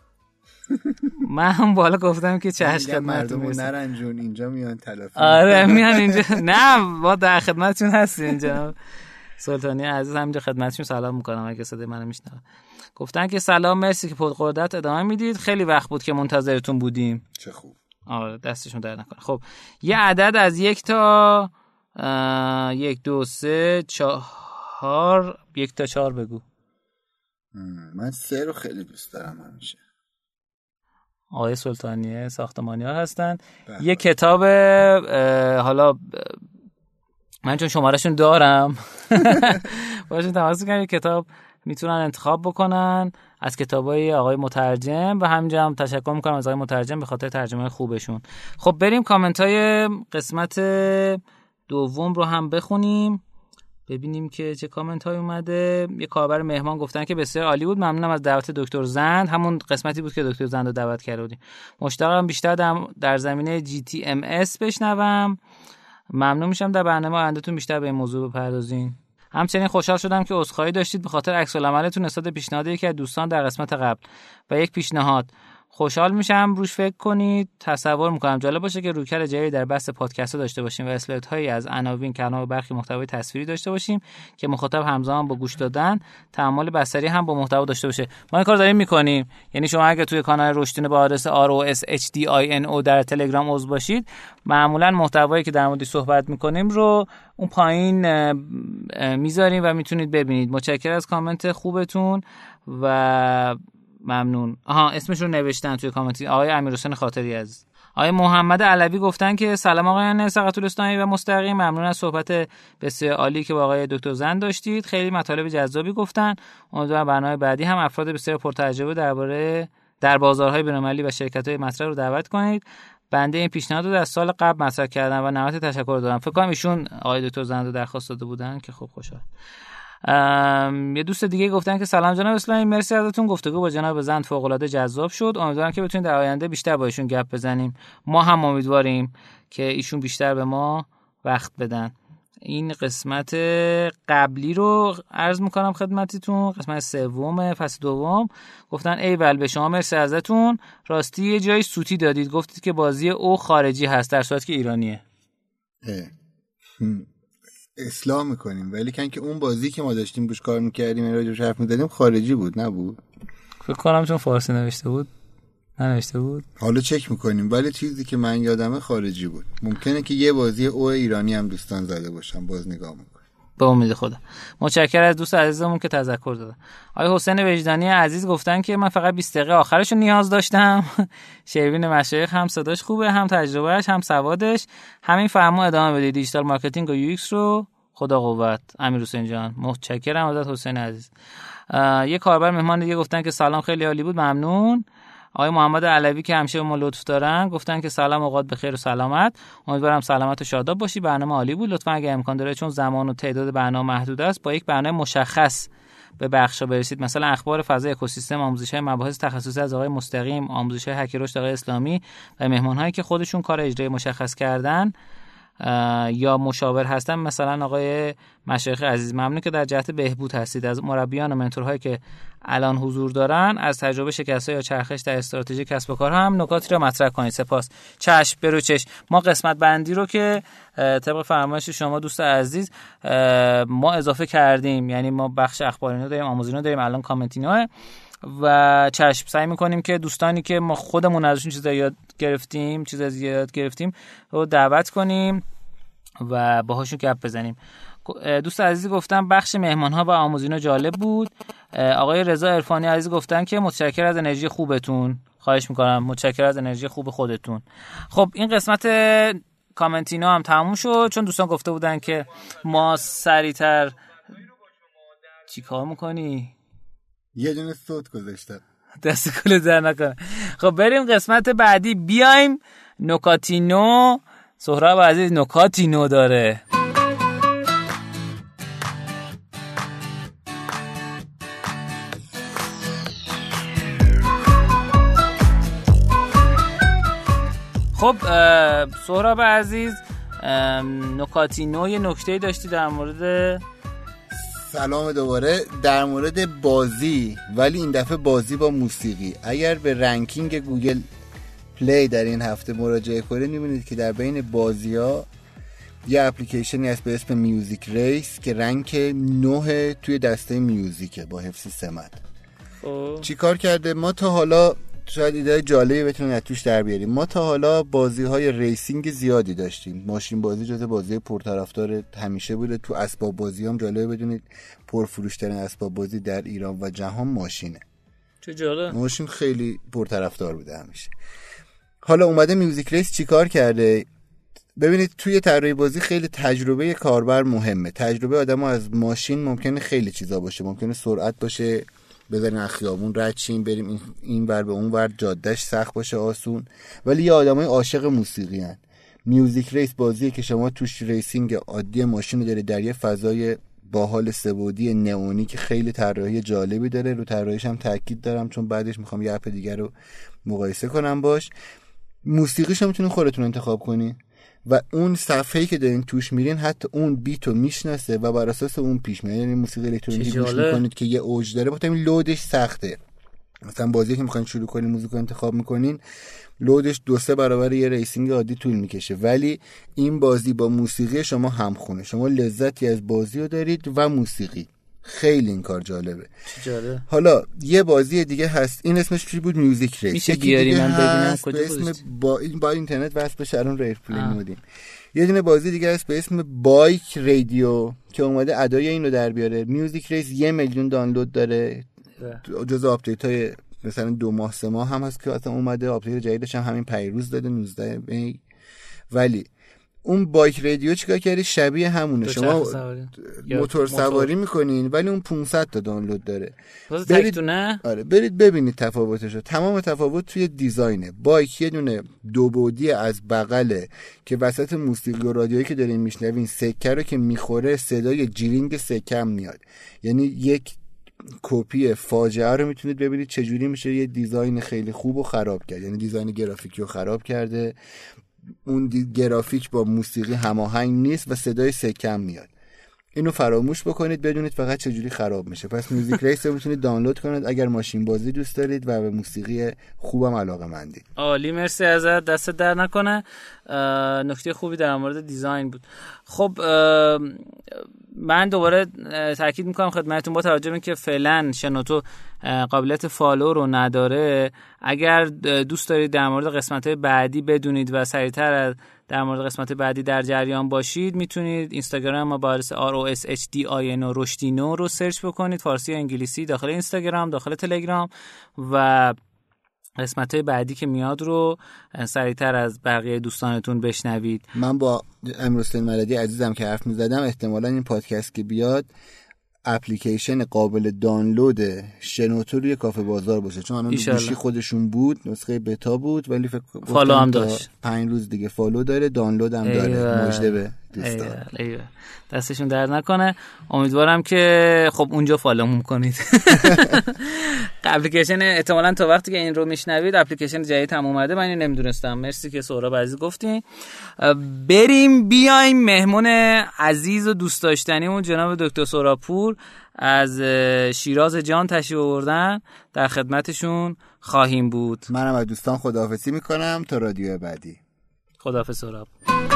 من هم بالا گفتم که چشم خدمتتون مردم نرنجون اینجا میان تلافی. آره میان اینجا. نه ما در خدمتتون هستیم جناب سلطانی عزیز، همینجا خدمتتون سلام میکنم اگه صدای منو میشنوه. گفتن که سلام، مرسی که پرقدرت ادامه میدید، خیلی وقت بود که منتظرتون بودیم. چه خوب. آره دستشون در نکنه. خب یه عدد از یک تا یک دو سه چهار، یک تا چهار بگو. من سه رو خیلی دوست دارم همیشه. آقای سلطانیه ساختمانیار هستن. یه کتاب حالا من چون شمارهشون دارم باشون تماس کنم، یه کتاب میتونن انتخاب بکنن از کتابای آقای مترجم و همینجا هم تشکر میکنم از آقای مترجم به خاطر ترجمه خوبشون. خب بریم کامنت های قسمت دوم رو هم بخونیم، ببینیم که چه کامنت های اومده. یه کاربر مهمان گفتن که بسیار عالی بود، ممنونم از دعوت دکتر زند. همون قسمتی بود که دکتر زند رو دعوت کرده بودیم. مشتاقم بیشتر در زمینه جی تی ام اس بشنوم. ممنون میشم در برنامه آیندهتون بیشتر به این موضوع بپردازین. همچنین خوشحال شدم که عذرخواهی داشتید به خاطر عکس العملتون نسبت به پیشنهاد یکی از دوستان در قسمت قبل و یک پیشنهاد. خوشحال میشم روش فکر کنید. تصور میکنم جالب باشه که رویکرد جدیدی در بحث پادکست داشته باشیم و اسلایت هایی از عناوین، کلمات و برخی محتوای تصویری داشته باشیم که مخاطب همزمان با گوش دادن تأمل بصری هم با محتوا داشته باشه. ما این کار داریم میکنیم. یعنی شما اگه توی کانال رشدین با آدرس آر او اس اچ دی آی ان او در تلگرام عضو باشید، معمولا محتوایی که در موردش صحبت میکنیم رو اون پایین میذاریم و میتونید ببینید. متشکرم از کامنت خوبتون و ممنون. آها اسمش رو نوشتن توی کامنت. آقای امیرحسین خاطری از آقای محمد علوی گفتن که سلام آقایان سقط الاسلامی و مستقیم، ممنون از صحبت بسیار عالی که با آقای دکتر زند داشتید. خیلی مطالب جذابی گفتن. امیدوارم برنامه بعدی هم افراد بسیار پرتجربه درباره در بازارهای بین‌المللی و شرکت‌های مطرح رو دعوت کنید. بنده این پیشنهاد رو در سال قبل مطرح کردم و نهایت تشکر دارم. فکر کنم ایشون آقای دکتر زند رو درخواست داده بودن که خب خوشحال. یه دوست دیگه گفتن که سلام جناب اسلامی، مرسی ازتون، گفتگو با جناب زند فوق العاده جذاب شد. امیدوارم که بتونید در آینده بیشتر با ایشون گپ بزنیم. ما هم امیدواریم که ایشون بیشتر به ما وقت بدن. این قسمت قبلی رو عرض میکنم خدمتتون، قسمت سوم فصل دوم. گفتن ایول به شما مرسی ازتون، راستی یه جایی سوتی دادید، گفتید که بازی او خارجی هست در صورتی که ایرانیه. اصلاح میکنیم، ولی کن که اون بازی که ما داشتیم روش کار میکردیم این راجعش حرف میزدیم خارجی بود نبود. فکر کنم چون فارسی نوشته بود ننوشته بود. حالا چک میکنیم، ولی چیزی که من یادمه خارجی بود. ممکنه که یه بازی او ایرانی هم دوستان زده باشن، باز نگاه میکنیم. به امید خدا. متشکرم از دوست عزیزمون که تذکر دادن. آقای حسین وجدانی عزیز گفتن که من فقط بیست دقیقه آخرش رو نیاز داشتم. شیرین مشایخ هم صداش خوبه، هم تجربهش، هم سوادش. همین فرمو ادامه بدید. دیجیتال مارکتینگ و یو ایکس رو خدا قوت. امیر حسین جان متشکرم ازت حسین عزیز. یه کاربر مهمان دیگه گفتن که سلام خیلی عالی بود، ممنون. آقای محمد علوی که همیشه به ما لطف دارن گفتن که سلام اوقات بخیر و سلامت، امیدوارم سلامت و شاداب باشی. برنامه عالی بود، لطفا اگه امکان داره چون زمان و تعداد برنامه محدود است با یک برنامه مشخص به بخشا برسید، مثلا اخبار فضای اکوسیستم، آموزش‌های مباحث تخصصی از آقای مستقیم، آموزش‌های هک رشد آقای اسلامی و مهمان‌هایی که خودشون کار اجرایی مشخص کردن یا مشاور هستن، مثلا آقای مشایخ عزیز. ممنون که در جهت بهبود هستید. از مربیان و منتورهایی که الان حضور دارن از تجربه شکست‌ها یا چرخش در استراتژی کسب و کار هم نکاتی رو مطرح کنید. سپاس. چشم برو چشم. ما قسمت بندی رو که طبق فرمایش شما دوست عزیز ما اضافه کردیم، یعنی ما بخش اخبارینو داریم، آموزینو داریم، الان کامنتینو و چشم سعی میکنیم که دوستانی که ما خودمون ازشون چیزا یاد گرفتیم چیزا یاد گرفتیم رو دعوت کنیم و باهاشون گپ بزنیم. دوست عزیزی گفتن بخش مهمان‌ها و آموزینا جالب بود. آقای رضا عرفانی عزیز گفتن که متشکرم از انرژی خوبتون. خواهش میکنم، متشکرم از انرژی خوب خودتون. خب این قسمت کامنتینا هم تموم شد، چون دوستان گفته بودن که ما سریعتر چی کار میکنی؟ یه دونه صوت گذاشتم دست کل در نکنه. خب بریم قسمت بعدی، بیایم نکاتینو. سهراب عزیز نکاتینو داره. خب سهراب عزیز نکاتینو یه نکته‌ای داشتی در مورد سلام دوباره در مورد بازی، ولی این دفعه بازی با موسیقی. اگر به رنکینگ گوگل پلی در این هفته مراجعه کنید می‌بینید که در بین بازی‌ها یه اپلیکیشنی هست به اسم میوزیک ریس که رنک نه توی دسته میوزیکه با حفظ سمت. چی کار کرده؟ ما تا حالا شاید ایده جالبی بتونیم از توش در بیاریم. ما تا حالا بازی‌های ریسینگ زیادی داشتیم. ماشین بازی جزو بازی پرطرفدار همیشه بوده. تو اسباب بازی هم جالبه بدونید پرفروش‌ترین اسباب بازی در ایران و جهان ماشینه. چه جالب. ماشین خیلی پرطرفدار بوده همیشه. حالا اومده میوزیک ریس چیکار کرده؟ ببینید توی طراحی بازی خیلی تجربه کاربر مهمه. تجربه آدم‌ها از ماشین ممکنه خیلی چیزا باشه. ممکنه سرعت باشه، بذارین از خیابون رد شیم بریم این این ور به اون ور، جادهش سخت باشه آسون، ولی یه آدمای عاشق موسیقی هن. میوزیک ریس بازیه که شما توش ریسینگ عادی ماشین رو داره در یه فضای باحال سه‌بعدی نئونی که خیلی طراحی جالبی داره. رو طراحیش هم تاکید دارم چون بعدش میخوام یه اپ دیگه رو مقایسه کنم باش. موسیقیش هم میتونین خودتون انتخاب کنین و اون صفحه‌ای که دارین توش میرین حتی اون بیتو میشناسه و بر اساس اون پیش میاد. یعنی موسیقی الکترونیکی گوش میکنید که یه اوج داره، با همین لودش سخته. مثلا بازی که میخواین شروع کنین موزیک رو انتخاب میکنین، لودش دو سه برابر یه ریسینگ عادی طول میکشه، ولی این بازی با موسیقی شما همخونه، شما لذتی از بازی رو دارید و موسیقی. خیلی این کار جالبه. جالب. حالا یه بازی دیگه هست، این اسمش چی بود؟ میوزیک ریس. میشه بیاری من ببینم کجا به اسم با این با اینترنت واسه بشه الان ریف پلی مودیم. یه دونه بازی دیگه هست به اسم بایک رادیو که اومده ادای اینو در بیاره. میوزیک ریس یه میلیون دانلود داره، جزء آپدیت های مثلا دو ماه سه ماه هم هست که اصلا اومده. آپدیت جدیدش هم همین پیروز داده نوزده می. ولی اون بایک رادیو چیکار کردی؟ شبیه همونه، شما موتور سواری میکنین ولی اون پانصد تا دانلود داره. برید نه؟ آره برید ببینید تفاوتشو. تمام تفاوت توی دیزاینه. بایک یه دونه دو بعدی از بغله که وسط موسیقی و رادیویی که دارین میشنوین سکه رو که میخوره صدای جیرینگ سکه هم میاد. یعنی یک کپی فاجعه رو میتونید ببینید چجوری میشه یه دیزاین خیلی خوب و خراب کرد. یعنی دیزاین گرافیکی رو خراب کرده، اون گرافیک با موسیقی هماهنگ نیست و صدای سکم میاد. اینو فراموش بکنید، بدونید فقط چجوری خراب میشه. پس میوزیک ریس رو میتونید دانلود کنید اگر ماشین بازی دوست دارید و به موسیقی خوبم علاقه مندید. عالی، مرسی ازت، دست در نکنه. نکته خوبی در مورد دیزاین بود. خب من دوباره تاکید میکنم خدمتتون با توجه به اینکه فعلا شنوتو قابلیت فالو رو نداره، اگر دوست دارید در مورد قسمت‌های بعدی بدونید و سریعتر در مورد قسمت بعدی در جریان باشید، میتونید اینستاگرام ما با آدرس آر او اس اچ دی آی ان او رشدینو رو سرچ بکنید، فارسی و انگلیسی، داخل اینستاگرام، داخل تلگرام، و قسمت‌های بعدی که میاد رو سریعتر از بقیه دوستانتون بشنوید. من با امیرحسین مددی عزیزم که حرف می‌زدم، احتمالاً این پادکست که بیاد اپلیکیشن قابل دانلود شنوتو روی کافه بازار باشه، چون الان گوشی خودشون بود، نسخه بتا بود، ولی فکر فالو هم داشت. پنج روز دیگه فالو داره، دانلود هم داره. مژده به دوستان. ایوه. دستشون درد نکنه. امیدوارم که خب اونجا فالو کنید. اپلیکیشن احتمالاً تا وقتی که این رو میشنوید اپلیکیشن جدید هم اومده، من اینو نمیدونستم. مرسی که سهراب عزیز گفتین. بریم بیایم مهمون عزیز و دوست داشتنیمون جناب دکتر سهراب پور از شیراز جان تشریف آوردن، در خدمتشون خواهیم بود. منم از دوستان خداحافظی میکنم تا رادیو بعدی. خداحافظ سهراب.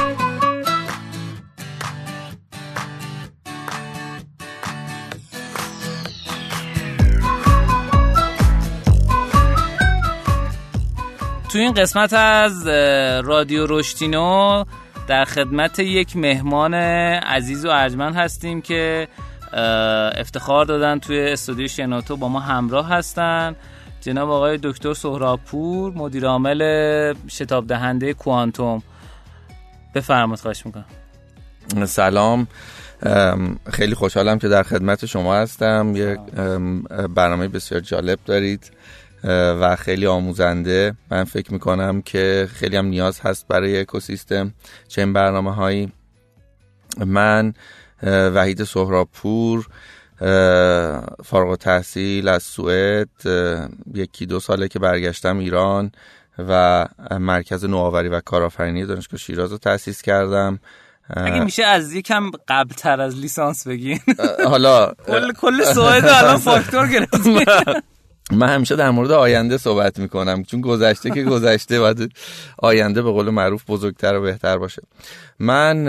تو این قسمت از رادیو رشدینو در خدمت یک مهمان عزیز و ارجمند هستیم که افتخار دادن توی استودیو شنوتو با ما همراه هستن. جناب آقای دکتر سهراب پور، مدیر عامل شتاب دهنده کوانتوم. بفرمایید، خواهش میکنم. سلام، خیلی خوشحالم که در خدمت شما هستم. یک برنامه بسیار جالب دارید و خیلی آموزنده. من فکر میکنم که خیلی هم نیاز هست برای اکوسیستم چنین برنامه هایی. من وحید سهراب پور، فارغ التحصیل از سوئد، یکی دو ساله که برگشتم ایران و مرکز نوآوری و کارآفرینی دانشگاه شیراز رو تأسیس کردم. اگه میشه از یکم قبل تر از لیسانس بگین. حالا کل کل سوئد الان فاکتور گرفتیم. من همیشه در مورد آینده صحبت میکنم، چون گذشته که گذشته، باید آینده به قول معروف بزرگتر و بهتر باشه. من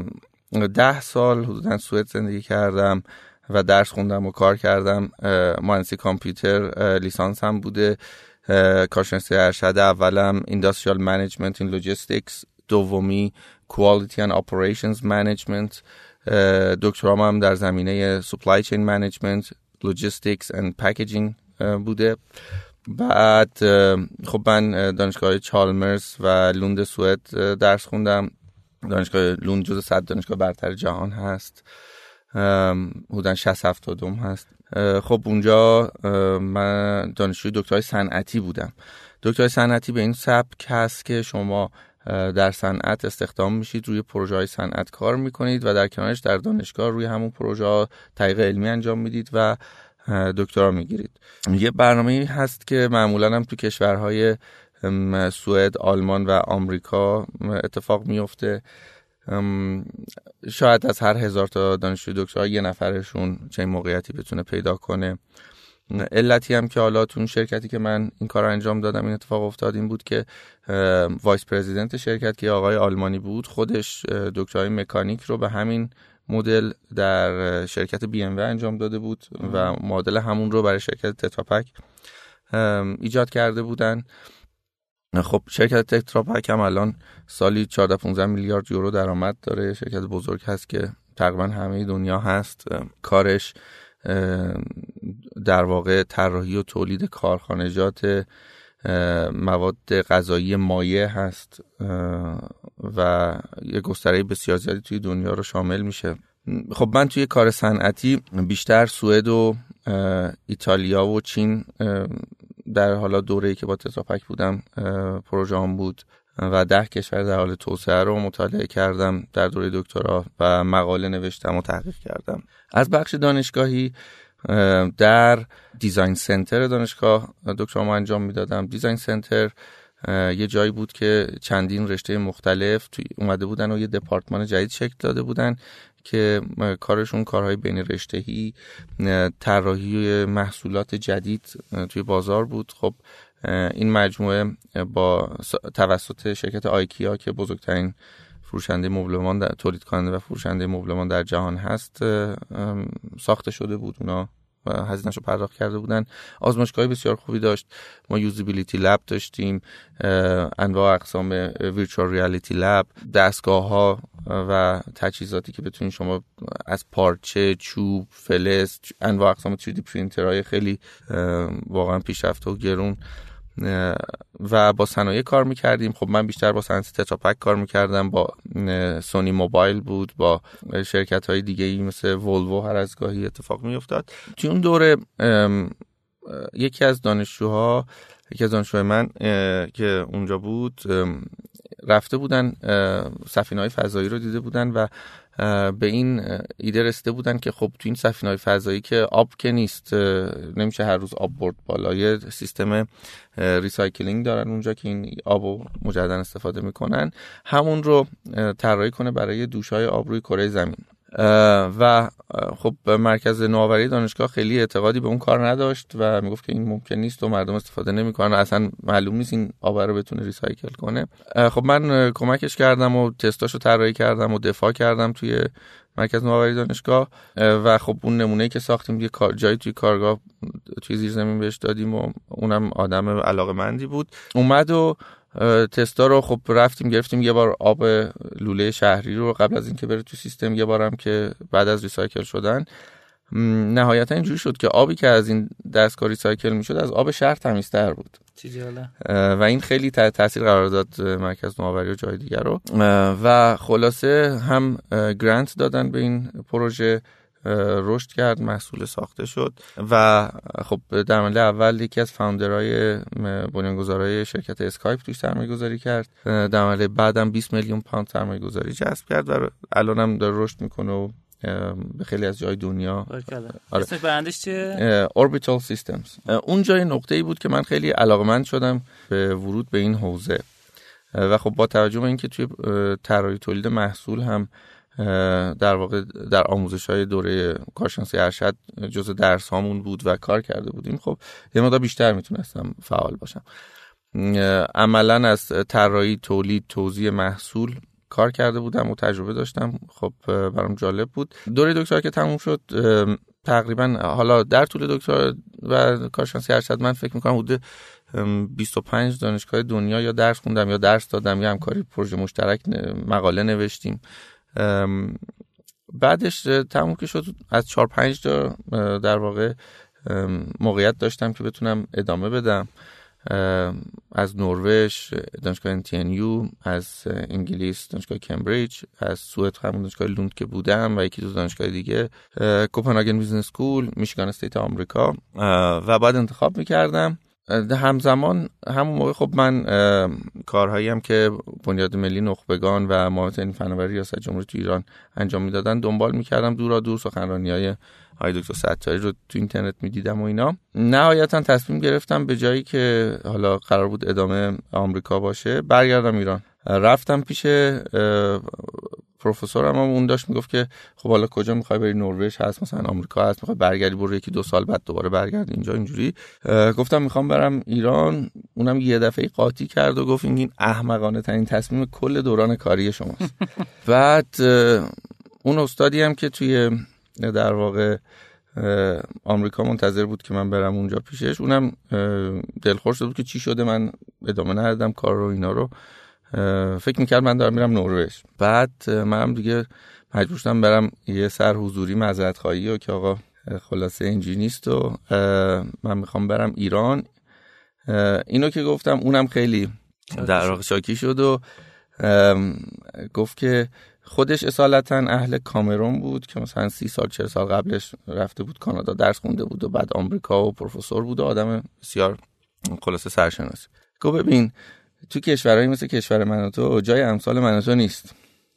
ده سال حدوداً سوئد زندگی کردم و درس خوندم و کار کردم. مهندسی کامپیوتر لیسانس هم بوده. کارشناسی ارشد اولم Industrial Management in Logistics، دومی Quality and Operations Management، دکترام هم در زمینه Supply Chain Management، Logistics and Packaging بوده. بعد خب من دانشگاه چالمرز و لوند سوئد درس خوندم. دانشگاه لوند جزو صد دانشگاه برتر جهان هست، حدوداً شصت هفتاد هست. خب اونجا من دانشجوی دکترای صنعتی بودم. دکترای صنعتی به این سبک هست که شما در صنعت استخدام میشید، روی پروژه های صنعت کار میکنید و در کنارش در دانشگاه روی همون پروژه ها تحقیق علمی انجام میدید و دکترا میگیرید. یه برنامه‌ای هست که معمولاً هم تو کشورهای سوئد، آلمان و آمریکا اتفاق میفته. شاید از هر هزار تا دانشجوی دکترا یه نفرشون چه موقعیتی بتونه پیدا کنه. علتی هم که حالا تو اون شرکتی که من این کار رو انجام دادم این اتفاق افتاد این بود که وایس پرزیدنت شرکت که آقای آلمانی بود خودش دکترای مکانیک رو به همین مدل در شرکت بی ام و انجام داده بود و مدل همون رو برای شرکت تتراپک ایجاد کرده بودن. خب شرکت تتراپک هم الان سالی چهارده پانزده میلیارد یورو درآمد داره، شرکت بزرگ هست که تقریبا همه دنیا هست. کارش در واقع طراحی و تولید کارخانجات مواد غذایی مایع هست و یه گستره بسیار زیادی توی دنیا رو شامل میشه. خب من توی کار صنعتی بیشتر سوئد و ایتالیا و چین در حالا دوره‌ای که با تتراپک بودم پروژه هم بود و ده کشور در حال توسعه رو مطالعه کردم در دوره دکترا و مقاله نوشتم و تحقیق کردم. از بخش دانشگاهی در دیزاین سنتر دانشگاه دکترامو انجام میدادم. دیزاین سنتر یه جایی بود که چندین رشته مختلف توی اومده بودن و یه دپارتمان جدید شکل داده بودن که کارشون کارهای بین رشته‌ای، طراحی محصولات جدید توی بازار بود. خب این مجموعه با توسط شرکت آیکیا که بزرگترین فروشنده مبلمان در تولید کننده و فروشنده مبلمان در جهان هست ساخته شده بود. اونا هزینه‌اش رو پرداخت کرده بودن. آزمایشگاه بسیار خوبی داشت. ما یوزیبیلیتی لب داشتیم، انواع اقسام ویرچوال ریالیتی لب، دستگاه‌ها و تجهیزاتی که بتونین شما از پارچه، چوب، فلز، انواع اقسام تری دی پرینترهای خیلی واقعا پیشرفته و گرون و با صنایع کار میکردیم. خب من بیشتر با صنعت تتراپک کار میکردم، با سونی موبایل بود، با شرکت های دیگه ای مثل ولوو هر از گاهی اتفاق میافتاد. توی اون دوره یکی از دانشجوها یکی از دانشجوهای من که اونجا بود رفته بودن سفینه‌های فضایی رو دیده بودن و به این ایده رسیده بودن که خب تو این سفینه‌های فضایی که آب که نیست، نمیشه هر روز آب برد بالا، یه سیستم ریسایکلینگ دارن اونجا که این آبو مجددا استفاده میکنن، همون رو طراحی کنه برای دوش‌های آبروی کره زمین. و خب مرکز نوآوری دانشگاه خیلی اعتقادی به اون کار نداشت و میگفت که این ممکن نیست و مردم استفاده نمیکنن، اصلا معلوم نیست این آب رو بتونه ریسایکل کنه. خب من کمکش کردم و تستاشو طراحی کردم و دفاع کردم توی مرکز نوآوری دانشگاه و خب اون نمونه‌ای که ساختیم یه جایی توی کارگاه توی زیر زمین بهش دادیم و اونم آدم علاقه‌مندی بود. اومد و تستا رو خب رفتیم گرفتیم یه بار آب لوله شهری رو قبل از اینکه بره تو سیستم، یه بارم که بعد از ریسایکل شدن. نهایتا اینجوری شد که آبی که از این دستگاه ریسایکل میشد از آب شهر تمیزتر بود. و این خیلی تحت تاثیر قرار داد مرکز نوآوری و جای دیگر رو و خلاصه هم گرانت دادن به این پروژه، رشد کرد، محصول ساخته شد و خب در مرحله اول یکی از فاوندرهای بنیانگذارای شرکت اسکایپ توش سرمایه‌گذاری کرد. در مرحله بعدم بیست میلیون پوند سرمایه‌گذاری جذب کرد و الانم داره رشد میکنه و به خیلی از جای دنیا. آره. اسمش برندش چیه؟ اوربیتال سیستمز. اونجا یه نقطه‌ای بود که من خیلی علاقه‌مند شدم به ورود به این حوزه و خب با توجه به اینکه توی طراحی تولید محصول هم در واقع در آموزش‌های دوره کارشناسی ارشد جزء درس هامون بود و کار کرده بودیم، خب یه مقدار بیشتر میتونستم فعال باشم. عملاً از طراحی، تولید، توزیع محصول کار کرده بودم و تجربه داشتم. خب برام جالب بود. دوره دکترا که تموم شد تقریباً حالا در طول دکترا و کارشناسی ارشد من فکر می‌کنم حدود بیست و پنج دانشگاه دنیا یا درس خوندم یا درس دادم یا همکاری پروژه مشترک مقاله نوشتیم. بعدش تموم که شد از چهار پنج تا در واقع موقعیت داشتم که بتونم ادامه بدم. از نروژ دانشگاه ان تی ان یو، از انگلیس دانشگاه کمبریج، از سوئد همون دانشگاه لوند که بودم و یکی دو دانشگاه دیگه، کوپنهاگن بیزنس اسکول، میشیگان استیت آمریکا و بعد انتخاب میکردم. همزمان همون موقع خب من کارهایی هم که بنیاد ملی نخبگان و معاونت علمی فناوری ریاست جمهوری تو ایران انجام میدادن دنبال میکردم، دورا دور سخنرانی‌های آقای دکتر ستاری رو تو اینترنت میدیدم و اینا. نهایتا تصمیم گرفتم به جایی که حالا قرار بود ادامه آمریکا باشه برگردم ایران. رفتم پیش پروفسورم هم اون داشت میگفت که خب حالا کجا میخوای بری؟ نروژ هست، مثلا آمریکا هست، میخوای برگردی برو یکی دو سال بعد دوباره برگردی اینجا اینجوری. گفتم میخوام برم ایران. اونم یه دفعه قاطی کرد و گفت این احمقانه ترین تصمیم کل دوران کاری شماست. بعد اون استادی هم که توی در واقع آمریکا منتظر بود که من برم اونجا پیشش، اونم دلخور شده بود که چی شده من ادامه ندادم کار رو اینا رو. فکر میکرد من دارم میرم نروژ. بعد منم دیگه مجبور شدم برم یه سر حضوری معذرت خواهی و که آقا خلاصه اینجوری نیست و من میخوام برم ایران. اینو که گفتم اونم خیلی در واقع شاکی شد و گفت که خودش اصالتا اهل کامرون بود که مثلا سی سال چهل سال قبلش رفته بود کانادا درس خونده بود و بعد آمریکا و پروفسور بود و آدم بسیار خلاصه سرشناس. گفت ببین تو کشورهایی مثل کشور من و تو جای امثال من و تو نیست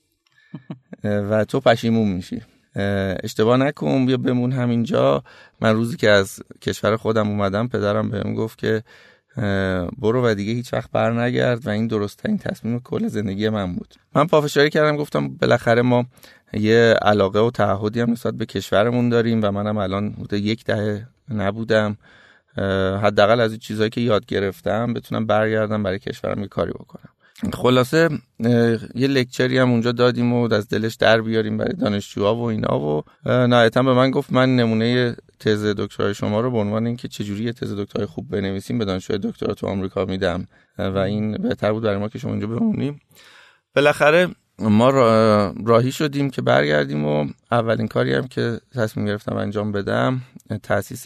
و تو پشیمون میشی. اشتباه نکن بیا بمون همینجا. من روزی که از کشور خودم اومدم پدرم بهم گفت که برو و دیگه هیچ وقت بر نگرد و این درست ترین تصمیم کل زندگی من بود. من پافشاری کردم گفتم بالاخره ما یه علاقه و تعهدی هم نسبت به کشورمون داریم و منم الان بوده یک دهه نبودم، حداقل از این چیزایی که یاد گرفتم بتونم برگردم برای کشورم یه کاری بکنم. خلاصه یه لکچری هم اونجا دادیم و از دلش در بیاریم برای دانشجوها و اینا و نهایتاً به من گفت من نمونه تز دکترای شما رو به عنوان اینکه چجوری یه تز دکترای خوب بنویسیم به دانشجوی دکترا تو آمریکا میدم و این بهتر بود برای ما که شما اینجا بمونیم. بالاخره ما راهی شدیم که برگردیم و اولین کاری هم که تصمیم گرفتم انجام بدم تأسیس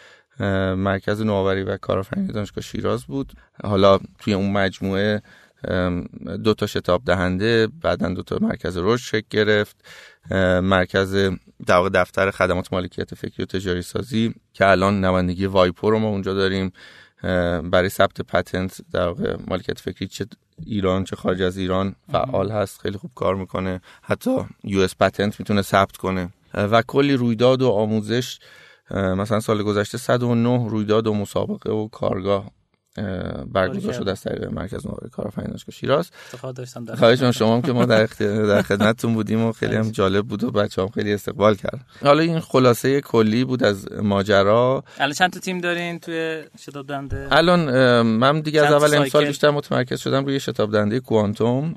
مرکز نوآوری و کارآفرینی دانشگاه شیراز بود. حالا توی اون مجموعه دو تا شتاب دهنده، بعدن دو تا مرکز رشد شکل گرفت، مرکز در واقع دفتر خدمات مالکیت فکری و تجاری سازی که الان نمایندگی وایپو رو ما اونجا داریم برای ثبت پتنت در واقع مالکیت فکری چه ایران چه خارج از ایران فعال هست، خیلی خوب کار میکنه، حتی یو اس پتنت میتونه ثبت کنه و کلی رویداد و آموزش. مثلا سال گذشته صد و نه رویداد و مسابقه و کارگاه برگزار شده از طریق مرکز نوآوری کارآفرینی دانشگاه شیراز. خواهش می‌کنم شما هم که ما در در خدمتتون بودیم و خیلی هم جالب بود و بچه‌ها خیلی استقبال کردن. حالا این خلاصه کلی بود از ماجرا. الان چند تا تیم دارین توی شتاب دهنده؟ الان من دیگه از اول امسال بیشتر متمرکز شدم روی شتاب دهنده کوانتوم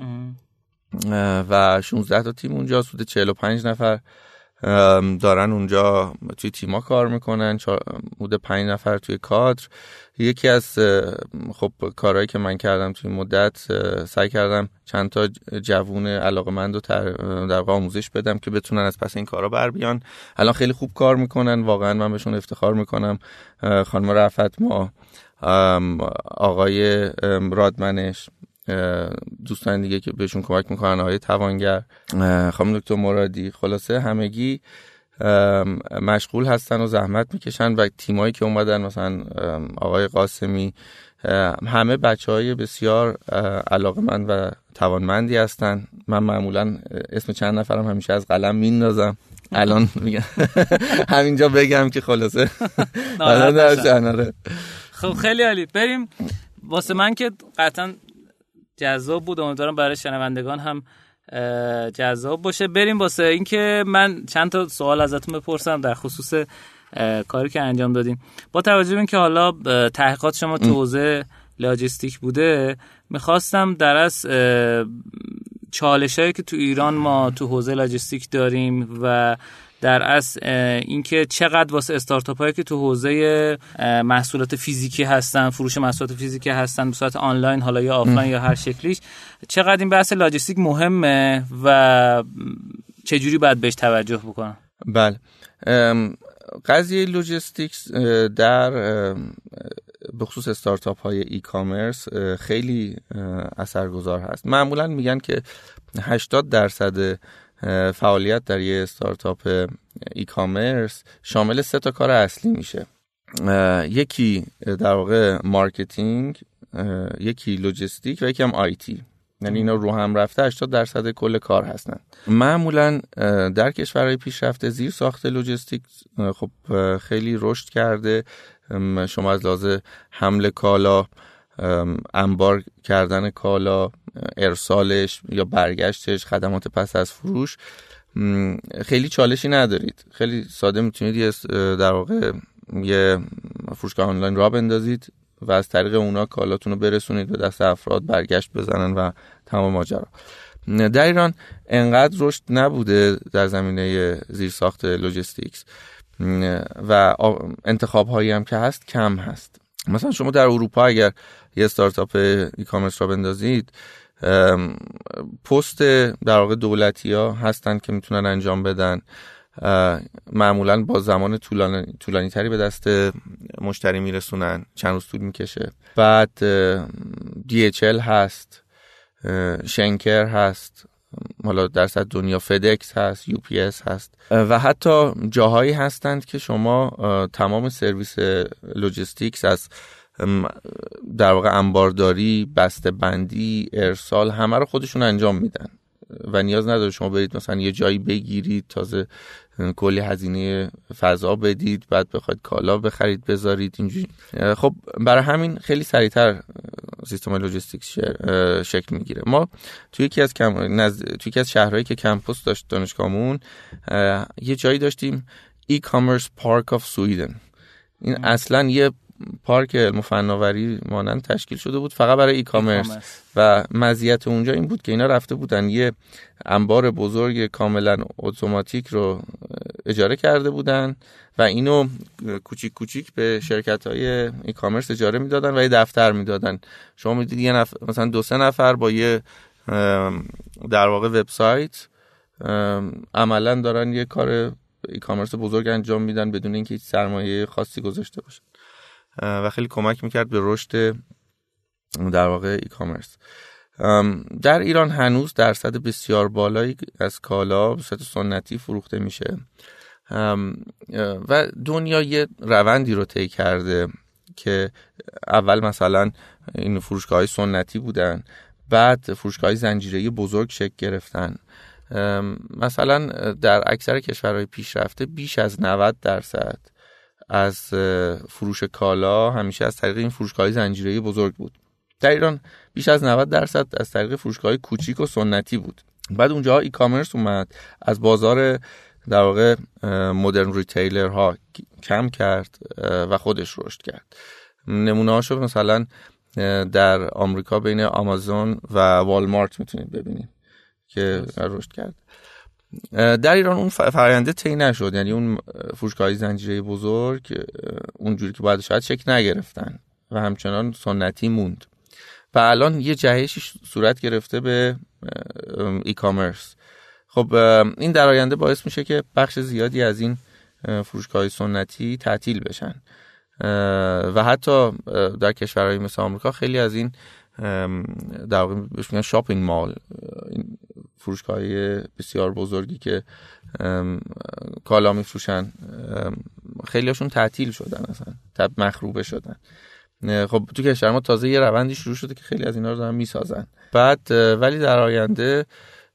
و شانزده تا تیم اونجا حدود چهل و پنج نفر دارن اونجا توی تیما کار میکنن، حدود پنج نفر توی کادر. یکی از خب کارهایی که من کردم توی مدت سعی کردم چند تا جوون علاقه‌مند رو در واقع آموزش بدم که بتونن از پس این کارا بر بیان. الان خیلی خوب کار میکنن، واقعا من بهشون افتخار میکنم. خانم رفعت ما، آقای رادمنش، دوستان دیگه که بهشون کمک میکنن، آقای توانگر، خانم دکتر مرادی، خلاصه همگی مشغول هستن و زحمت میکشن و تیمایی که اومدن مثلا آقای قاسمی، همه بچهای بسیار علاقه‌مند و توانمندی هستن. من معمولا اسم چند نفرم همیشه از قلم میندازم، الان میگم همینجا بگم که خلاصه خب خیلی عالی. بریم واسه من که قطعا جذاب بود، امیدوارم برای شنوندگان هم جذاب باشه. بریم واسه این که من چند تا سوال ازتون بپرسم در خصوص کاری که انجام دادیم. با توجه به اینکه حالا تحقیقات شما تو حوزه لاجستیک بوده، میخواستم در از چالشایی که تو ایران ما تو حوزه لاجستیک داریم و در از اینکه چقدر واسه استارتاپ هایی که تو حوزه محصولات فیزیکی هستن، فروش محصولات فیزیکی هستن به صورت آنلاین حالا یا آفلاین یا هر شکلیش، چقدر این بحث لاجستیک مهمه و چجوری باید بهش توجه بکنم؟ بله، قضیه لوجستیکس در بخصوص استارتاپ های ای کامرس خیلی اثرگذار هست. معمولا میگن که هشتاد درصد فعالیت در یه استارتاپ ای کامرس شامل سه تا کار اصلی میشه. یکی در واقع مارکتینگ، یکی لوجستیک و یکی هم آی تی. یعنی اینا رو هم رفته هشتاد درصد کل کار هستن. معمولا در کشورهای پیشرفته زیر ساخت لوجستیک خب خیلی رشد کرده. شما از لحاظ حمل کالا انبار کردن کالا، ارسالش یا برگشتش، خدمات پس از فروش خیلی چالشی ندارید. خیلی ساده میتونید یه در واقع یه فروشگاه آنلاین راه بندازید و از طریق اونا کالاتون رو برسونید به دست افراد، برگشت بزنن و تمام ماجرا. در ایران انقدر رشد نبوده در زمینه زیرساخت لوجستیکس و انتخاب هایی هم که هست کم هست. مثلا شما در اروپا اگر یه استارتاپ ای کامرس را بندازید، پست در واقع دولتی ها هستن که میتونن انجام بدن، معمولا با زمان طولانی, طولانی تری به دست مشتری میرسونن، چند روز طول میکشه. بعد دی اچ ال هست، شنکر هست، حالا در سطح دنیا فدکس هست، یو پی اس هست و حتی جاهایی هستند که شما تمام سرویس لوجستیکس از در واقع انبارداری، بسته بندی، ارسال همه رو خودشون انجام میدن و نیاز نداره شما برید مثلا یه جایی بگیرید، تازه کلی هزینه فضا بدید، بعد بخواید کالا بخرید بذارید اینجوری. خب برای همین خیلی سریعتر سیستم لوجستیکس شکل میگیره. ما توی یکی از کم... نز... توی یکی از شهرهایی که کمپوس داشت دانشگاهمون، یه جایی داشتیم ای کامرس پارک آف سویدن. این ام. اصلا یه پارک علم و فناوری مانند تشکیل شده بود فقط برای ای کامرس و مزیت اونجا این بود که اینا رفته بودن یه انبار بزرگ کاملا اتوماتیک رو اجاره کرده بودن و اینو کوچیک کوچیک به شرکت‌های ای کامرس اجاره میدادن و یه دفتر میدادن. شما میدید یه نفر مثلا دو سه نفر با یه در واقع وبسایت عملا دارن یه کار ای کامرس بزرگ انجام میدن بدون اینکه هیچ سرمایه خاصی گذاشته باشه و خیلی کمک میکرد به رشد در واقع ای کامرس. در ایران هنوز درصد بسیار بالایی از کالا به صورت سنتی فروخته میشه و دنیا یه روندی رو طی کرده که اول مثلا این فروشگاه‌های سنتی بودن، بعد فروشگاه‌های زنجیره‌ای بزرگ شکل گرفتن. مثلا در اکثر کشورهای پیشرفته بیش از نود درصد از فروش کالا همیشه از طریق این فروشگاه‌های زنجیره‌ای بزرگ بود. در ایران بیش از نود درصد از طریق فروشگاه‌های کوچیک و سنتی بود. بعد اونجا ای کامرس اومد، از بازار در واقع مدرن ریتیلرها کم کرد و خودش رشد کرد. نمونه‌هاشو مثلا در آمریکا بین آمازون و والمارت میتونید ببینید که رشد کرد. در ایران اون فراینده طی نشد، یعنی اون فروشگاه‌های زنجیره‌ای بزرگ اونجوری که باید شاید شکل نگرفتن و همچنان سنتی موند و الان یه جهشی صورت گرفته به ای کامرس. خب این در آینده باعث میشه که بخش زیادی از این فروشگاه‌های سنتی تعطیل بشن و حتی در کشورهای مثل آمریکا خیلی از این در واقع بهش میگن شاپینگ مال، فروشگاه‌های بسیار بزرگی که کالا میفروشن خیلی هاشون تعطیل شدن، اصلا تب مخروبه شدن. خب تو کشور ما تازه یه روندی شروع شده که خیلی از اینا رو دارن میسازن. بعد ولی در آینده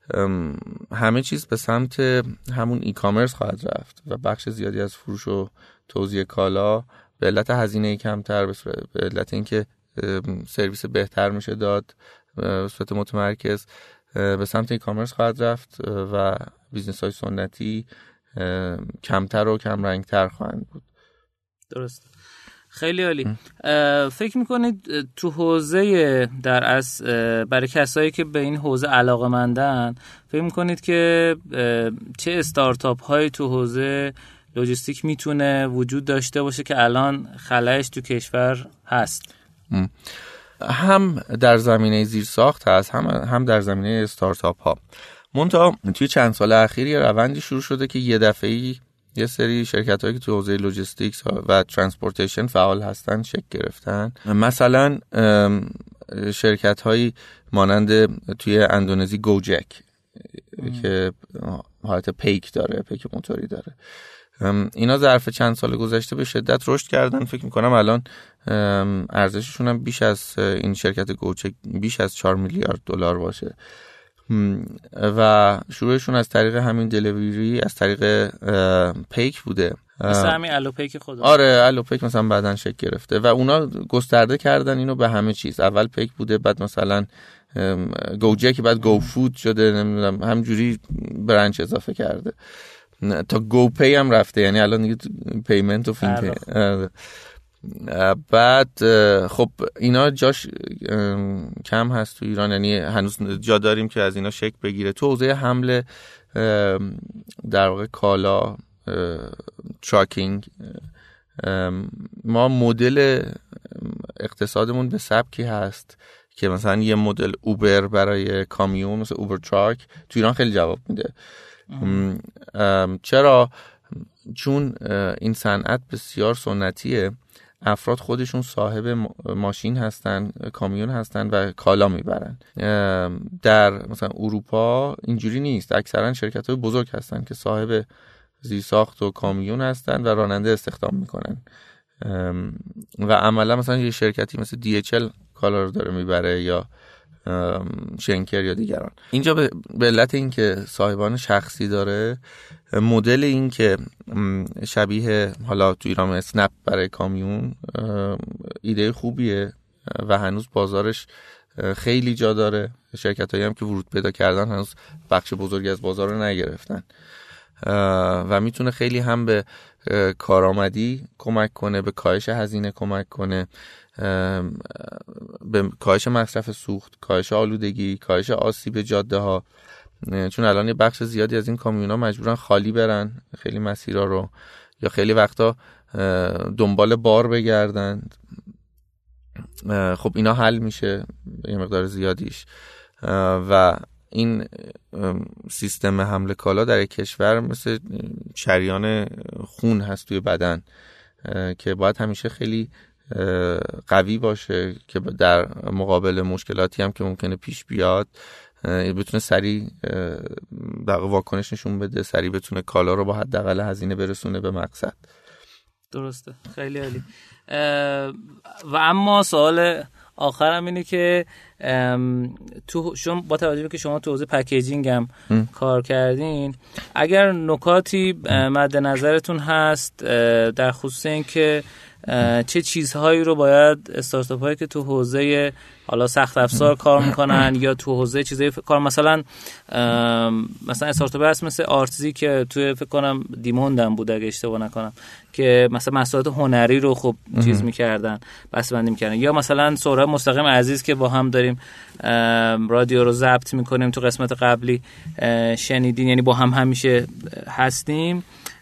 همه چیز به سمت همون ای کامرس خواهد رفت و بخش زیادی از فروش و توزیع کالا به علت هزینه کمتر، به علت اینکه سرویس بهتر میشه داد به صورت متمرکز، به سمت ای کامرس خواهد رفت و بیزنس های سنتی کمتر و کم رنگتر خواهند بود. درست، خیلی عالی. فکر میکنید تو حوزه در از برای کسایی که به این حوزه علاقه‌مندن، فکر میکنید که چه استارتاپ هایی تو حوزه لوجستیک میتونه وجود داشته باشه که الان خلایش تو کشور هست؟ ام. هم در زمینه زیرساخت هست، هم هم در زمینه استارتاپ ها. منتها توی چند سال اخیر یه روندی شروع شده که یه دفعه‌ای یه سری شرکت هایی که تو حوزه لوجستیکس و ترانسپورتیشن فعال هستن شکل گرفتن. مثلا شرکت هایی مانند توی اندونزی گوجک که حالت پیک داره، پیک موتوری داره، اینا ظرف چند سال گذشته به شدت رشد کردن. فکر میکنم الان ارزششون هم بیش از این شرکت گوجک بیش از چهار میلیارد دلار باشه و شروعشون از طریق همین دلیوری از طریق پیک بوده مثل همین الوپیک خود. آره الوپیک مثلا بعدن شکل گرفته و اونا گسترده کردن اینو به همه چیز. اول پیک بوده، بعد مثلا گوجه که بعد گو فود شده، نمیدونم همجوری برنچ اضافه کرده تا گو پی هم رفته، یعنی الان دیگه پیمنت و فینتک. بعد خب اینا جاش کم هست تو ایران، یعنی هنوز جا داریم که از اینا شکل بگیره. تو حوزه حمل در واقع کالا، تراکینگ، ما مدل اقتصادمون به سبکی هست که مثلا یه مدل اوبر برای کامیون مثل اوبر تراک تو ایران خیلی جواب میده. چرا؟ چون این صنعت بسیار سنتیه، افراد خودشون صاحب ماشین هستن، کامیون هستن و کالا میبرن. در مثلا اروپا اینجوری نیست، اکثرا شرکت‌های بزرگ هستن که صاحب زیرساخت و کامیون هستن و راننده استخدام میکنن و عملا مثلا یه شرکتی مثل دی اچ ال کالا رو داره میبره یا شنکر یا دیگران. اینجا به علت این که صاحبان شخصی داره، مدل این که شبیه حالا تو ایران اسنپ برای کامیون ایده خوبیه و هنوز بازارش خیلی جا داره. شرکتایی هم که ورود پیدا کردن هنوز بخش بزرگی از بازار رو نگرفتن و میتونه خیلی هم به کارآمدی کمک کنه، به کاهش هزینه کمک کنه، به کاهش مصرف سوخت، کاهش آلودگی، کاهش آسیب جاده ها. چون الان یه بخش زیادی از این کامیونا مجبورن خالی برن خیلی مسیرها رو، یا خیلی وقتا دنبال بار بگردن. خب اینا حل میشه یه مقدار زیادیش و این سیستم حمل کالا در یک کشور مثل شریان خون هست توی بدن که باید همیشه خیلی قوی باشه که در مقابل مشکلاتی هم که ممکنه پیش بیاد بتونه سریع در واکنش نشون بده، سریع بتونه کالا رو با حداقل هزینه برسونه به مقصد. درسته، خیلی عالی. و اما سوال آخرم اینه که تو شما با توجه به که شما تو حوزه پکیجینگ هم ام. کار کردین، اگر نکاتی مد نظرتون هست در خصوص این که چه چیزهایی رو باید استارتاپ هایی که تو حوزه حالا سخت افزار کار میکنن یا تو حوزه چیزای کار، مثلا مثلا استارتاپ هست مثل آرتزی که توی فکر کنم دیموند هم بود اگه اشتباه نکنم، که مثلا محصولات هنری رو خب چیز میکردن، بسته‌بندی میکردن، یا مثلا سهراب مستقیم عزیز که با هم داریم رادیو رو ضبط میکنیم، تو قسمت قبلی شنیدین، یعنی با هم همیشه هستیم.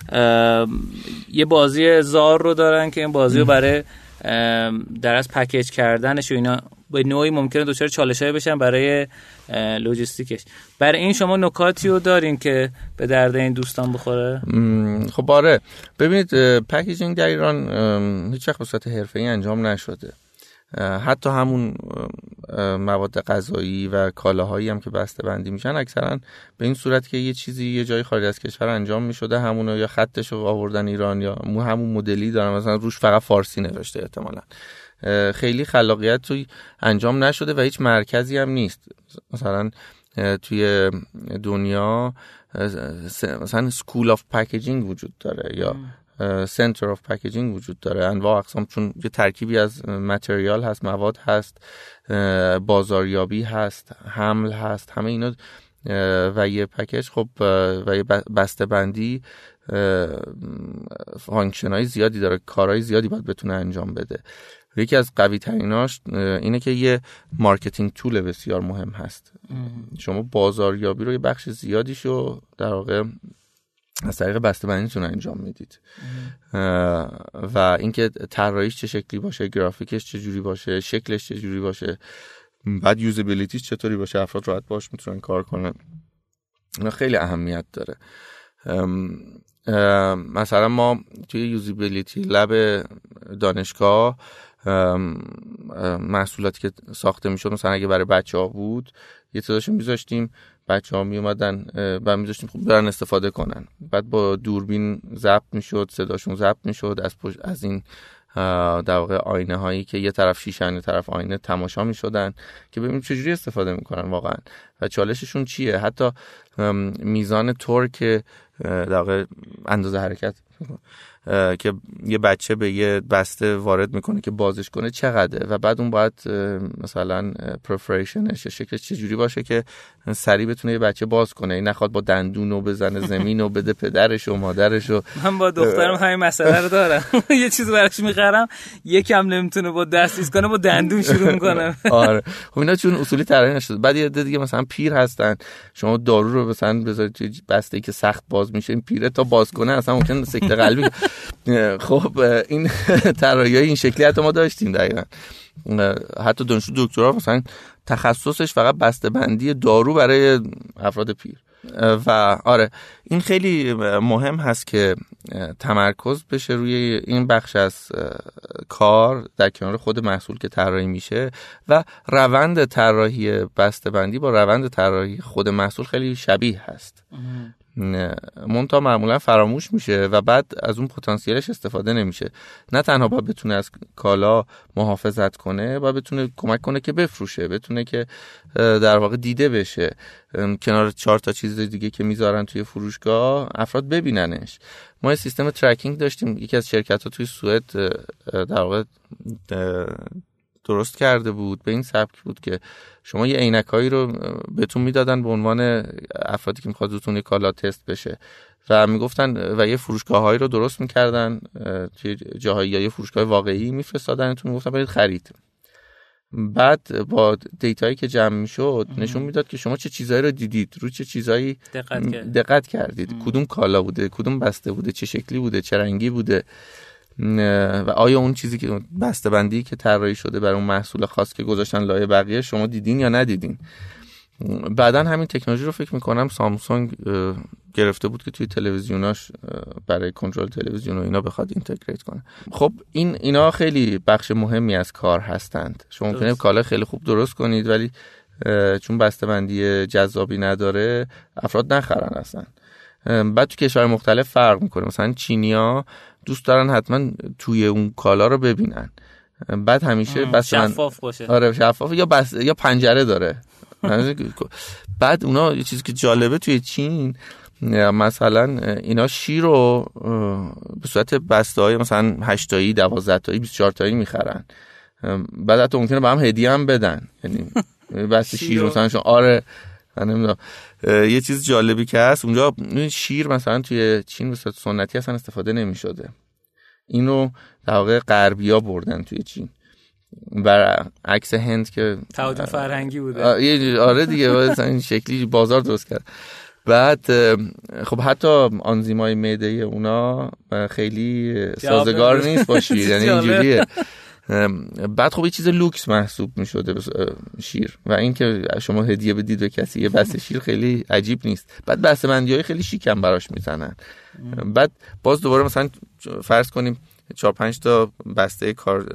یه بازی زار رو دارن که این بازی رو برای در از پکیج کردنش و اینا به نوعی ممکنه دچار چالش‌های بشن برای لوجستیکش. برای این شما نکاتی رو دارین که به درد این دوستان بخوره؟ خب آره، ببینید پکیجینگ در ایران هیچ وقت به صورت حرفه‌ای انجام نشده. حتی همون مواد غذایی و کالاهایی هم که بسته بندی میشن اکثرا به این صورت که یه چیزی یه جای خارج از کشور انجام میشده، همونو یا خطش رو آوردن ایران یا همون مدلی دارن، مثلا روش فقط فارسی نوشته، احتمالاً خیلی خلاقیت توی انجام نشده و هیچ مرکزی هم نیست. مثلا توی دنیا مثلا سکول آف پکیجینگ وجود داره یا سنتر آف پکیجینگ وجود داره، انواع اقسام، چون یه ترکیبی از متریال هست، مواد هست، بازاریابی هست، حمل هست، همه اینا و یه پکیج خب و یه بسته بندی فانکشنای زیادی داره، کارهای زیادی باید بتونه انجام بده. یکی از قوی تریناش اینه که یه مارکتینگ طول بسیار مهم هست. شما بازاریابی رو یه بخش زیادیشو در واقع از طریق بسته بندیتون انجام میدید و اینکه طراحیش چه شکلی باشه، گرافیکش چه جوری باشه، شکلش چه جوری باشه، بعد یوزابیلیتیش چطوری باشه، افراد راحت باش میتونن کار کنن، اینا خیلی اهمیت داره. مثلا ما توی یوزابیلیتی لب دانشگاه محصولاتی که ساخته میشد، مثلا اگه برای بچه‌ها بود یه تعدادشو میذاشتیم، بچه‌ها می اومدن بعد میذاشتیم خب برن استفاده کنن، بعد با دوربین ضبط میشد، صداشون ضبط میشد، از پشت از این در واقع آینه هایی که یه طرف شیشه یه طرف آینه تماشا میشدن که ببینیم چجوری استفاده میکنن واقعا و چالششون چیه. حتی میزان تورک در واقع اندازه حرکت که یه بچه به یه بسته وارد میکنه که بازش کنه چقدره و بعد اون باید مثلا پرفوریشنش شکل چجوری باشه که سریع بتونه یه بچه باز کنه، این نخواد با دندونو بزنه زمین و بده پدرش و مادرش. و من با دخترم همین مسئله رو دارم یه چیز براش میخرم یکم نمیتونه با دستیز کنه با دندون شروع میکنه. آره خب اینا چون اصولی طراحی نشده. بعد یه دیگه مثلا پیر هستن، شما دارو رو مثلا بذارید توی بسته‌ای که سخت باز میشه، این پیره تا باز کنه اصلا ممکن سکته قلبی. خب این طراحی این شکلی حتی ما داشتیم دقیقاً. حتی دانشجو دکترا مثلا تخصصش فقط بسته‌بندی دارو برای افراد پیر. و آره این خیلی مهم هست که تمرکز بشه روی این بخش از کار در کنار خود محصول که طراحی میشه و روند طراحی بسته‌بندی با روند طراحی خود محصول خیلی شبیه هست. منتها معمولا فراموش میشه و بعد از اون پتانسیلش استفاده نمیشه. نه تنها باید بتونه از کالا محافظت کنه، باید بتونه کمک کنه که بفروشه، بتونه که در واقع دیده بشه، کنار چهار تا چیز دیگه که میذارن توی فروشگاه افراد ببیننش. ما یه سیستم ترکینگ داشتیم، یکی از شرکت‌ها توی سوئد در واقع درست کرده بود، به این سبک بود که شما یه عینکایی رو بهتون میدادن به عنوان افرادی که میخواد روتون یه کالا تست بشه و میگفتن و یه فروشگاه‌هایی رو درست میکردن توی جاهایی یا یه فروشگاه واقعی میفرستادنتون، میگفتن برید خرید. بعد با دیتایی که جمع میشد نشون میداد که شما چه چیزایی رو دیدید، رو چه چیزایی دقت, کرد. دقت کردید، ام. کدوم کالا بوده، کدوم بسته بوده، چه شکلی بوده، چه رنگی بوده و آیا اون چیزی که بسته‌بندی که طراحی شده برای اون محصول خاص که گذاشتن لایه بقیه شما دیدین یا ندیدین. بعداً همین تکنولوژی رو فکر میکنم سامسونگ گرفته بود که توی تلویزیوناش برای کنترل تلویزیون و اینا بخواد اینتگریت کنه. خب این اینا خیلی بخش مهمی از کار هستند. شما ممکنه کالا خیلی خوب درست کنید ولی چون بسته‌بندی جذابی نداره افراد نخرن اصلا. بعد تو کشور مختلف فرق میکنه. مثلا چینیا دوست دارن حتما توی اون کالا رو ببینن. بعد همیشه بس شفاف باشه. آره شفاف یا بس یا پنجره داره. بعد اونا یه چیزی که جالبه توی چین مثلا اینا شیر رو به صورت بسته‌های مثلا هشت تایی، دوازده تایی، بیست و چهار تایی میخرن. بعد حتی ممکنه با هم هدیه هم بدن. یعنی بسته شیر مثلا شما آره من نمیدونم. یه چیز جالبی که هست اونجا شیر مثلا توی چین به صورت سنتی اصلا استفاده نمی‌شده. اینو در واقع غربی‌ها بردن توی چین. بر عکس هند که تعادل فرهنگی بوده. آره دیگه مثلا این شکلی بازار درست کرد. بعد خب حتی آنزیمای معده اونا خیلی سازگار نیست با شیر، یعنی اینجوریه. بعد خب یه چیز لوکس محسوب می‌شده شیر و این که شما هدیه بدید به کسی یه بسته شیر خیلی عجیب نیست. بعد بسته‌بندی‌های خیلی شیکم براش میزنن. بعد باز دوباره مثلا فرض کنیم چهار پنج تا بسته کار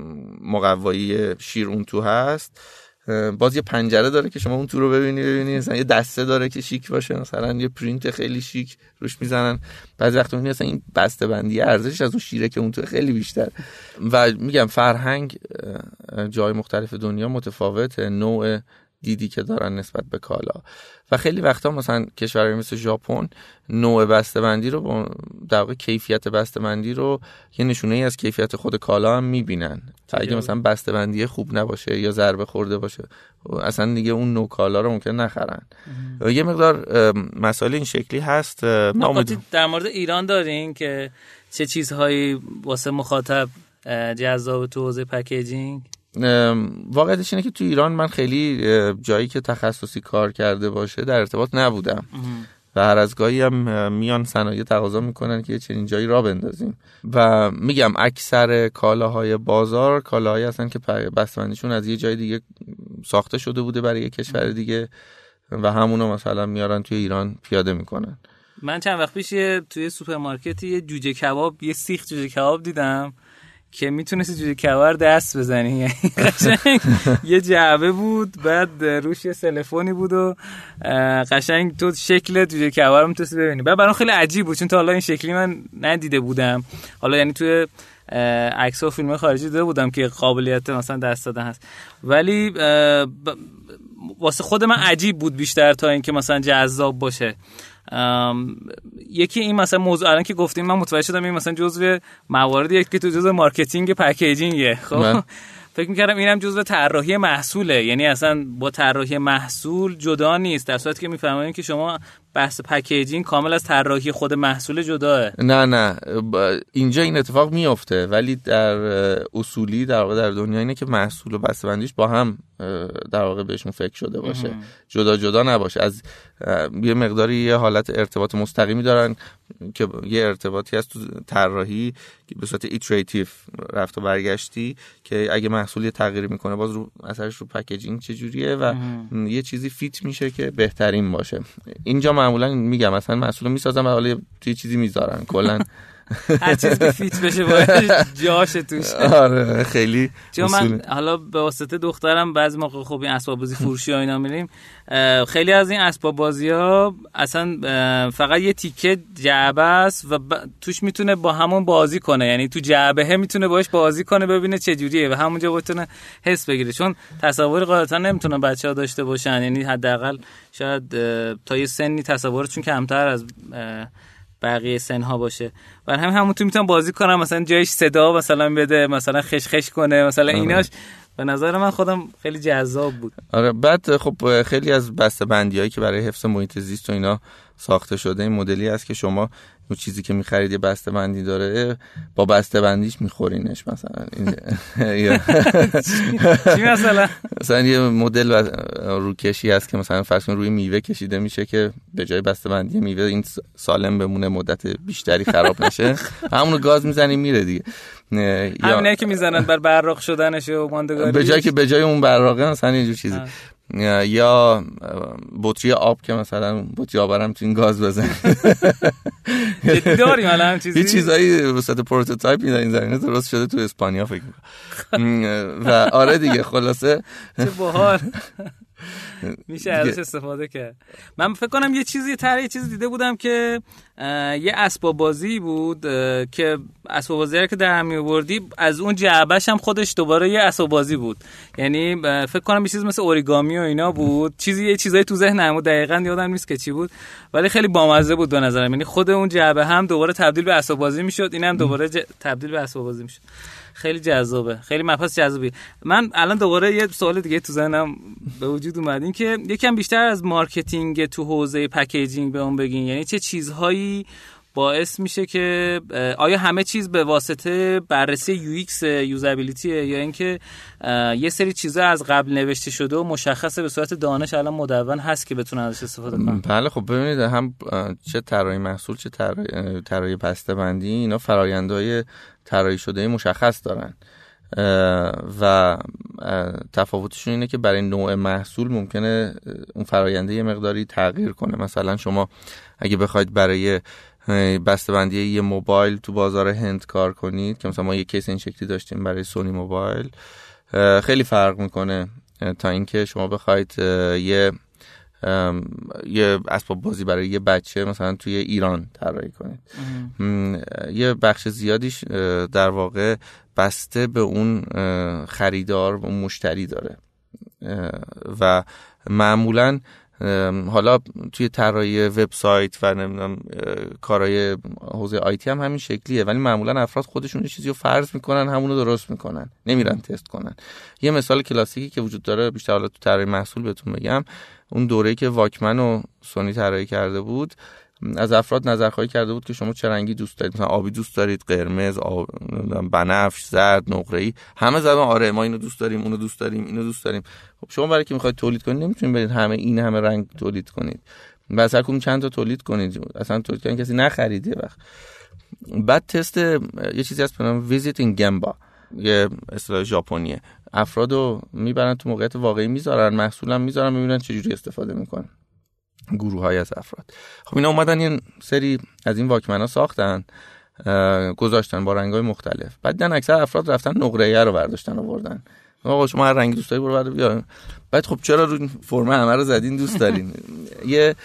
مقوایی شیر اون تو هست، باز یه پنجره داره که شما اون تو رو ببینی ببینی مثلا یه دسته داره که شیک باشه، مثلا یه پرینت خیلی شیک روش میزنن. بعضی وقتا میبینی مثلا این بسته بندی ارزشش از اون شیره که اون تو خیلی بیشتر. و میگم فرهنگ جای مختلف دنیا متفاوته، نوع دیدی که دارن نسبت به کالا و خیلی وقتا مثلا کشورهای مثل ژاپن نوع بسته‌بندی رو در واقع کیفیت بسته‌بندی رو یه نشونه ای از کیفیت خود کالا هم میبینن. تا اگه مثلا بسته‌بندی خوب نباشه یا ضربه خورده باشه اصلا دیگه اون نوع کالا رو ممکن نخرن. یه مقدار مسائل این شکلی هست. نکاتی در مورد ایران دارین که چه چیزهایی واسه مخاطب جذاب تو حوزه پکیجینگ؟ واقعیتش اینه که تو ایران من خیلی جایی که تخصصی کار کرده باشه در ارتباط نبودم و هر از گاهی هم میان صنایع تقاضا میکنن که چنین جایی را بندازیم و میگم اکثر کالاهای بازار کالاهایی هستن که بسته‌بندیشون از یه جای دیگه ساخته شده بوده برای یه کشور دیگه و همونو مثلا میارن توی ایران پیاده میکنن. من چند وقت پیش توی سوپرمارکت یه جوجه کباب، یه سیخ جوجه کباب دیدم که میتونستی جوجه کباب دست بزنی، یعنی قشنگ یه جعبه بود بعد روش یه تلفنی بود و قشنگ تو شکل جوجه کباب رو میتونستی ببینی. بعد برام خیلی عجیب بود چون تا حالا این شکلی من ندیده بودم. حالا یعنی توی عکس و فیلم خارجی دیده بودم که قابلیت مثلا دست دادن هست ولی ب... واسه خود من عجیب بود بیشتر تا اینکه مثلا جذاب باشه. یکی این مثلا موضوع الان که گفتیم من متوجه شدم این مثلا جزء مواردیه که تو جزء مارکتینگ پکیجینگه. خب فکر می‌کردم اینم جزء طراحی محصوله، یعنی اصلا با طراحی محصول جدا نیست، در صورتی که می‌فهمیم که شما بحث پکیجینگ کامل از طراحی خود محصول جداه. نه نه اینجا این اتفاق میفته، ولی در اصولی در واقع در دنیا اینه که محصول و بسته‌بندیش با هم در واقع بهشون فکر شده باشه، جدا جدا نباشه. از یه مقداری یه حالت ارتباط مستقیمی دارن که یه ارتباطی هست تو طراحی که به صورت ایتریتیو رفت و برگشتی که اگه محصول یه تغییری میکنه باز رو اثرش رو پکیجینگ چجوریه و یه چیزی فیت میشه که بهترین باشه. اینجا معمولا میگم مثلا محصول میسازن و حالا توی چیزی میذارن کلا هر چیز که فیت بشه باید جاش توش. آره خیلی چون من حالا به واسطه دخترم بعضی موقع خب این اسباب بازی فروشی و اینا میریم، خیلی از این اسباب بازی‌ها اصلا فقط یه تیکه جعبه است و ب... توش میتونه با همون بازی کنه، یعنی تو جعبه میتونه باش بازی کنه ببینه چه جوریه و همونجا بتونه حس بگیره، چون تصوری غالبا نمیتونه بچه‌ها داشته باشن، یعنی حداقل شاید تا یه سنی تصورشون کمتر از بقیه سنها باشه، برای همین همون تو میتونم بازی کنم، مثلا جایش صدا مثلا بده، مثلا خش خش کنه، مثلا ایناش به نظر من خودم خیلی جذاب بود. آره بعد خب خیلی از بسته‌بندی‌هایی که برای حفظ محیط زیست و اینا ساخته شده این مدلی است که شما اون چیزی که می‌خرید یه بسته‌بندی داره با بسته‌بندیش می‌خورینش، مثلا این چی مثلا مثلا یه مدل روکشی هست که مثلا فرض کن روی میوه کشیده میشه که به جای بسته‌بندی میوه این سالم بمونه مدت بیشتری خراب نشه، همونو گاز میزنی میره دیگه. همینه که میزنن بر براق شدنش و ماندگاری، به جای که به جای اون براقه مثلا اینجور چیزی آه. یا بطری آب که مثلا بطری آب هم تو این گاز بزن. جدی داریم الان هم چیزی؟ یه چیزایی وسط پروتوتایپ میدن این زمینه درست شده تو اسپانیا فکر میکنم. و آره دیگه خلاصه چه باحال میشه ازش استفاده کرد. من فکر کنم یه چیزی تر یه چیزی دیده بودم که یه اسباب بازی بود که اسباب بازی که در می آوردی از اون جعبهش هم خودش دوباره یه اسباب بازی بود، یعنی فکر کنم یه چیز مثل اوریگامی و اینا بود، چیزی یه چیزایی تو ذهنم بود دقیقاً یادم نیست که چی بود، ولی خیلی بامزه بود به نظرم، یعنی خود اون جعبه هم دوباره تبدیل به اسباب بازی میشد، اینم دوباره ج... تبدیل به اسباب بازی میشد. خیلی جذابه، خیلی مبحث جذابی. من الان دوباره یه سوال دیگه تو ذهنم به وجود اومد، این که یکم بیشتر از مارکتینگ تو حوزه پکیجینگ به اون بگین، یعنی چه چیزهایی باعث میشه که آیا همه چیز به واسطه بررسی یو ایکس یوزابیلیتیه یا اینکه یه سری چیزا از قبل نوشته شده و مشخصه به صورت دانش الان مدون هست که بتونن ازش استفاده کنن؟ بله خب ببینید هم چه طراحی محصول چه طراحی بسته‌بندی اینا فرآیندهای طراحی شده مشخص دارن و تفاوتشون اینه که برای نوع محصول ممکنه اون فراینده یه مقداری تغییر کنه. مثلا شما اگه بخواید برای بسته‌بندی یه موبایل تو بازار هند کار کنید که مثلا ما یه کیس این شکلی داشتیم برای سونی موبایل، خیلی فرق میکنه تا اینکه شما بخواید یه یه اسباب بازی برای یه بچه مثلا توی ایران طراحی کنید. یه بخش زیادیش در واقع بسته به اون خریدار و مشتری داره و معمولاً حالا توی طراحی وبسایت و نمیدونم کارهای حوزه آیتی هم همین شکلیه، ولی معمولا افراد خودشون یه چیزی رو فرض میکنن همونو درست میکنن، نمیرن تست کنن. یه مثال کلاسیکی که وجود داره بیشتر حالا تو طراحی محصول بهتون بگم، اون دوره‌ای که واکمن و سونی طراحی کرده بود از افراد نظرخواهی کرده بود که شما چه رنگی دوست دارید، مثلا آبی دوست دارید، قرمز، آب... بنفش، زرد، نقره‌ای. همه زدن آره ما اینو دوست داریم، اونو دوست داریم، اینو دوست داریم. خب شما برای که میخواید تولید کنید نمیتونید برید همه این همه رنگ تولید کنید، بس هر کدوم چند تا تولید کنید، اصلا تولید کردن کسی نخریده. وقت بعد تست یه چیزی هست به نام ویزیتینگ گمبا، یه اصطلاح ژاپنیه، افرادو میبرن تو موقعیت واقعی میذارن، محصولم میذارن، میبینن چه جوری استفاده میکنن، گروه‌های از افراد. خب اینا اومدن یه سری از این واکمن‌ها ساختن، گذاشتن با رنگ‌های مختلف. بعد دیدن اکثر افراد رفتن نقره‌ای رو برداشتن آوردن، آقا شما هر رنگی دوست داری برو بردار بیا. بعد خب چرا رو فرم همه رو زدین دوست دارین؟ یه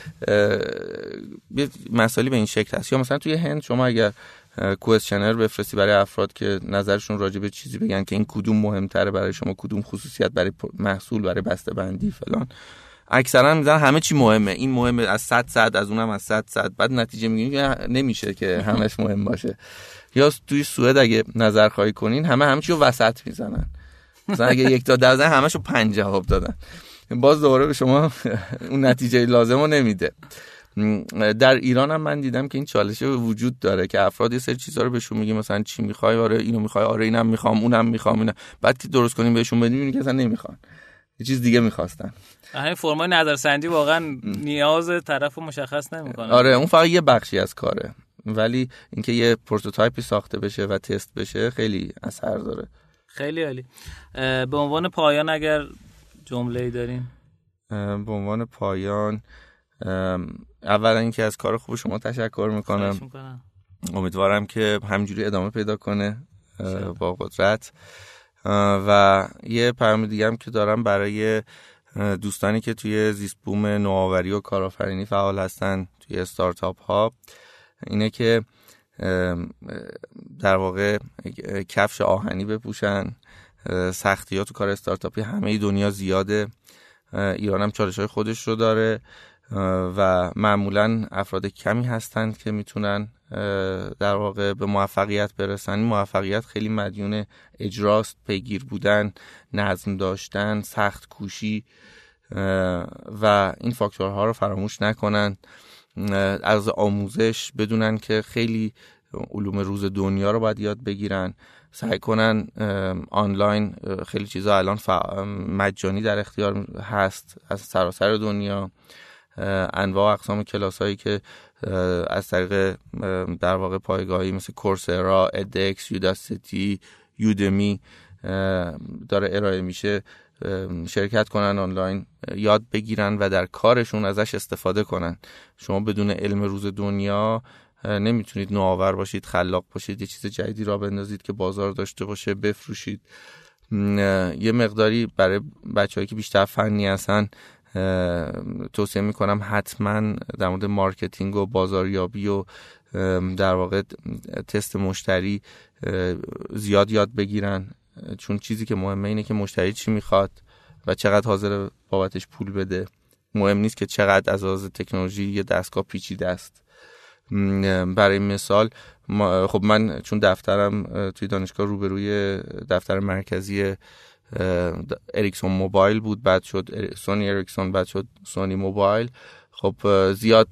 یه مسئله به این شکل هست. یا مثلا توی هند شما اگر کوئسشنر بفرستی برای افراد که نظرشون راجع به چیزی بگن که این کدوم مهمتره برای شما، کدوم خصوصیت برای محصول، برای بسته‌بندی فلان، اکثرا میذارن همه چی مهمه، این مهمه از صد صد، از اونم از صد صد، بعد نتیجه میگیرین نمیشه که همش مهم باشه. یا توی سوئد اگه نظر خواهی کنین همه همه چی رو وسط میزنن، مثلا اگه یک تا ده بزنن همشو پنج جواب دادن، باز دوباره به شما اون نتیجه لازم رو نمیده. در ایران هم من دیدم که این چالشه وجود داره که افراد یه سری چیزا رو بهشون میگه، مثلا چی میخوای، آره اینو میخوای، آره اینم میخوام، اونم میخوام، اینا بعد که درست کنیم بهشون بدیم میبینی که اصلا نمیخوان، یه چیز دیگه میخواستن. همین فرمای نظرسنجی واقعا نیاز طرفو مشخص نمیکنه. آره اون فقط یه بخشی از کاره، ولی اینکه یه پروتوتایپی ساخته بشه و تست بشه خیلی اثر داره. خیلی عالی. به عنوان پایان اگر جمله‌ای دارین؟ به عنوان پایان اولا اینکه از کار خوب شما تشکر میکنم، امیدوارم که همینجوری ادامه پیدا کنه با قدرت. و یه پیام دیگه هم که دارم برای دوستانی که توی زیست بوم نوآوری و کارآفرینی فعال هستن توی استارتاپ ها اینه که در واقع کفش آهنی بپوشن. سختی‌ها تو کار استارتاپی همه دنیا زیاده، ایران هم چالش‌های خودش رو داره و معمولاً افراد کمی هستند که میتونن در واقع به موفقیت برسن. این موفقیت خیلی مدیون اجراست، پیگیر بودن، نظم داشتن، سخت کوشی و این فاکتورها رو فراموش نکنن. از آموزش بدونن که خیلی علوم روز دنیا رو باید یاد بگیرن، سعی کنن آنلاین خیلی چیزا الان مجانی در اختیار هست از سراسر دنیا، انواع اقسام کلاسایی که از طریق در واقع پایگاهی مثل کورسرا، ادکس، یوداسیتی، یودمی داره ارائه میشه شرکت کنن، آنلاین یاد بگیرن و در کارشون ازش استفاده کنن. شما بدون علم روز دنیا نمیتونید نوآور باشید، خلاق باشید، یه چیز جدیدی را بندازید که بازار داشته باشه، بفروشید. یه مقداری برای بچه‌هایی که بیشتر فنی هستن توصیه میکنم حتما در مورد مارکتینگ و بازاریابی و در واقع تست مشتری زیاد یاد بگیرن، چون چیزی که مهمه اینه که مشتری چی میخواد و چقدر حاضر بابتش پول بده. مهم نیست که چقدر از لحاظ تکنولوژی یه دستگاه پیچیده است. برای مثال خب من چون دفترم توی دانشگاه روبروی دفتر مرکزی اریکسون موبایل بود، بعد شد سونی اریکسون، بعد شد سونی موبایل، خب زیاد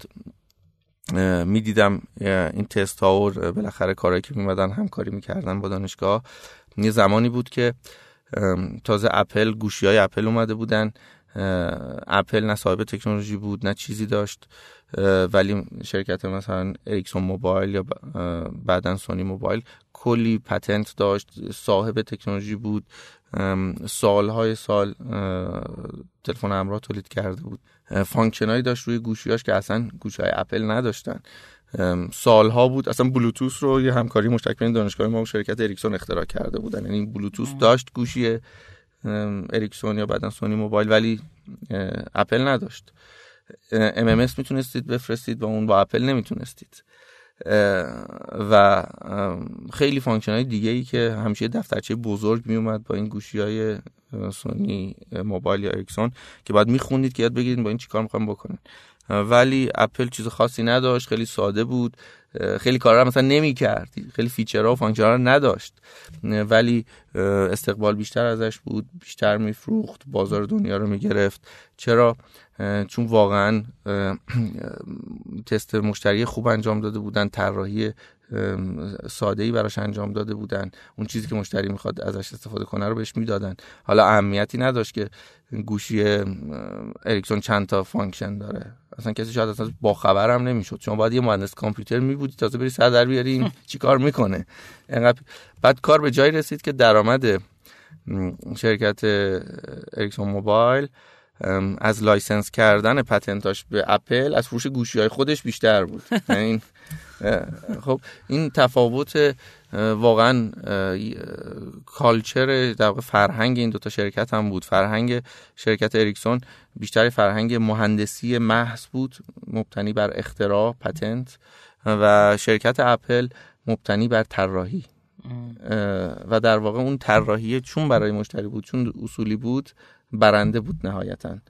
میدیدم این تست ها و بالاخره کارهایی که میمدن همکاری میکردن با دانشگاه. یه زمانی بود که تازه اپل، گوشی های اپل اومده بودن، اپل نه صاحب تکنولوژی بود نه چیزی داشت، ولی شرکت مثلا اریکسون موبایل یا بعدن سونی موبایل کلی پتنت داشت، صاحب تکنولوژی بود، سالهای سال تلفن همراه تولید کرده بود، فانکشنایی داشت روی گوشیاش که اصلا گوشی‌های اپل نداشتن، سالها بود. اصلا بلوتوث رو یه همکاری مشترک بین دانشگاه ما و شرکت اریکسون اختراع کرده بودن، یعنی بلوتوث داشت گوشی اریکسون یا بعدن سونی موبایل ولی اپل نداشت. ام ام اس میتونستید بفرستید با اون با اپل نمیتونستید و خیلی فانکشن‌های دیگه‌ای که همیشه دفترچه بزرگ میومد با این گوشی‌های سونی موبایل یا اریکسون که بعد میخوندید که یاد بگیرید با این چیکار می‌خوایم بکنین، ولی اپل چیز خاصی نداشت، خیلی ساده بود، خیلی کارا مثلا نمی‌کرد، خیلی فیچرها و فانکشن‌ها نداشت ولی استقبال بیشتر ازش بود، بیشتر میفروخت، بازار دنیا رو میگرفت. چرا؟ چون واقعا تست مشتری خوب انجام داده بودن، طراحی ساده‌ای براش انجام داده بودن، اون چیزی که مشتری میخواد ازش استفاده کنه رو بهش میدادن. حالا اهمیتی نداشت که گوشی اریکسون چند تا فانکشن داره، اصلا کسی شاید اصلا با خبر هم نمیشد. شما باید یه مهندس کامپیوتر میبودی تازه بری سر در بیاری این چی کار میکنه. اینقدر بعد کار به جایی رسید که درآمد شرکت اریکسون موبایل از لایسنس کردن پتنتاش به اپل از فروش گوشی‌های خودش بیشتر بود. این خب این تفاوت واقعا کالچر در واقع فرهنگ این دوتا شرکت هم بود. فرهنگ شرکت اریکسون بیشتر فرهنگ مهندسی محض بود مبتنی بر اختراع، پتنت، و شرکت اپل مبتنی بر طراحی و در واقع اون طراحی چون برای مشتری بود، چون اصولی بود، برنده بود نهایتاً.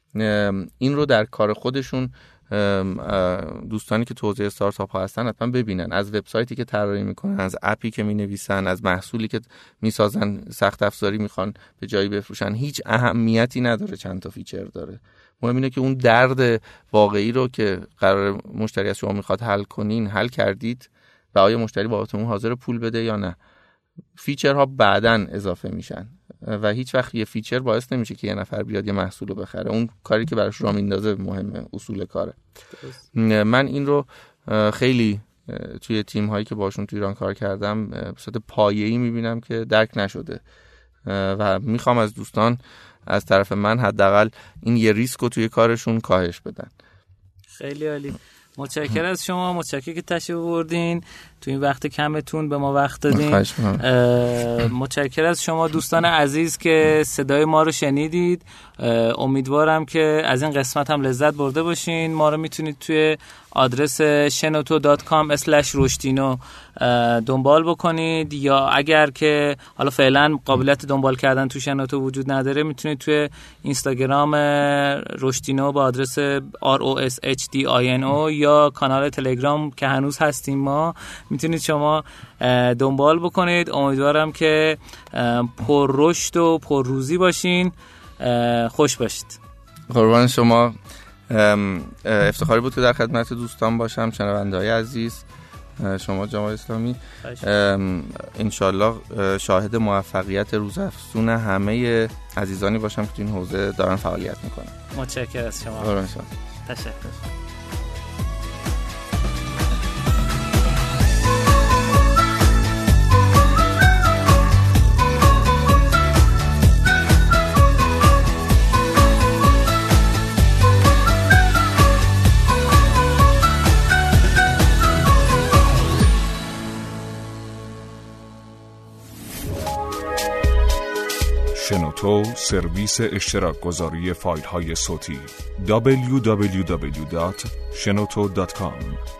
این رو در کار خودشون دوستانی که تو حوزه استارتاپ ها هستن حتما ببینن، از وبسایتی که طراحی میکنن، از اپی که مینویسن، از محصولی که میسازن، سخت افزاری میخوان به جایی بفروشن، هیچ اهمیتی نداره چند تا فیچر داره. مهم اینه که اون درد واقعی رو که قرار مشتری از شما میخواد حل کنین حل کردید و آیا مشتری بابتون حاضر پول بده یا نه. فیچرها بعداً اضافه میشن و هیچ وقت یه فیچر باعث نمیشه که یه نفر بیاد یه محصول رو بخره. اون کاری که براش راه میندازه مهمه، اصول کاره. من این رو خیلی توی تیم هایی که باشون توی ایران کار کردم به صورت پایه‌ای میبینم که درک نشده و میخوام از دوستان از طرف من حداقل این یه ریسک رو توی کارشون کاهش بدن. خیلی عالی. متشکرم از شما، متشکرم که تشریف آوردین تو این وقت کمتون به ما وقت دادین. متشکرم از شما دوستان عزیز که صدای ما رو شنیدید. امیدوارم که از این قسمت هم لذت برده باشین. ما رو میتونید توی آدرس شنوتو دات کام اسلش رشدینو دنبال بکنید، یا اگر که حالا فعلا قابلیت دنبال کردن تو شنوتو وجود نداره میتونید توی اینستاگرام رشدینو با آدرس آر او اس اچ دی آی ان او یا کانال تلگرام که هنوز هستیم ما میتونید شما دنبال بکنید. امیدوارم که پر رشد و پر روزی باشین. خوش باشید. قربان شما. افتخاری بود که در خدمت دوستان باشم، شنونده‌های عزیز. شما جماعت اسلامی انشالله شاهد موفقیت روزافزون همه عزیزانی باشم که تو این حوزه دارن فعالیت میکنن. متشکرم از شما. قربان شما. تشکر. شنوتو سرویس اشتراک گذاری فایل های صوتی دبلیو دبلیو دبلیو دات شنوتو دات کام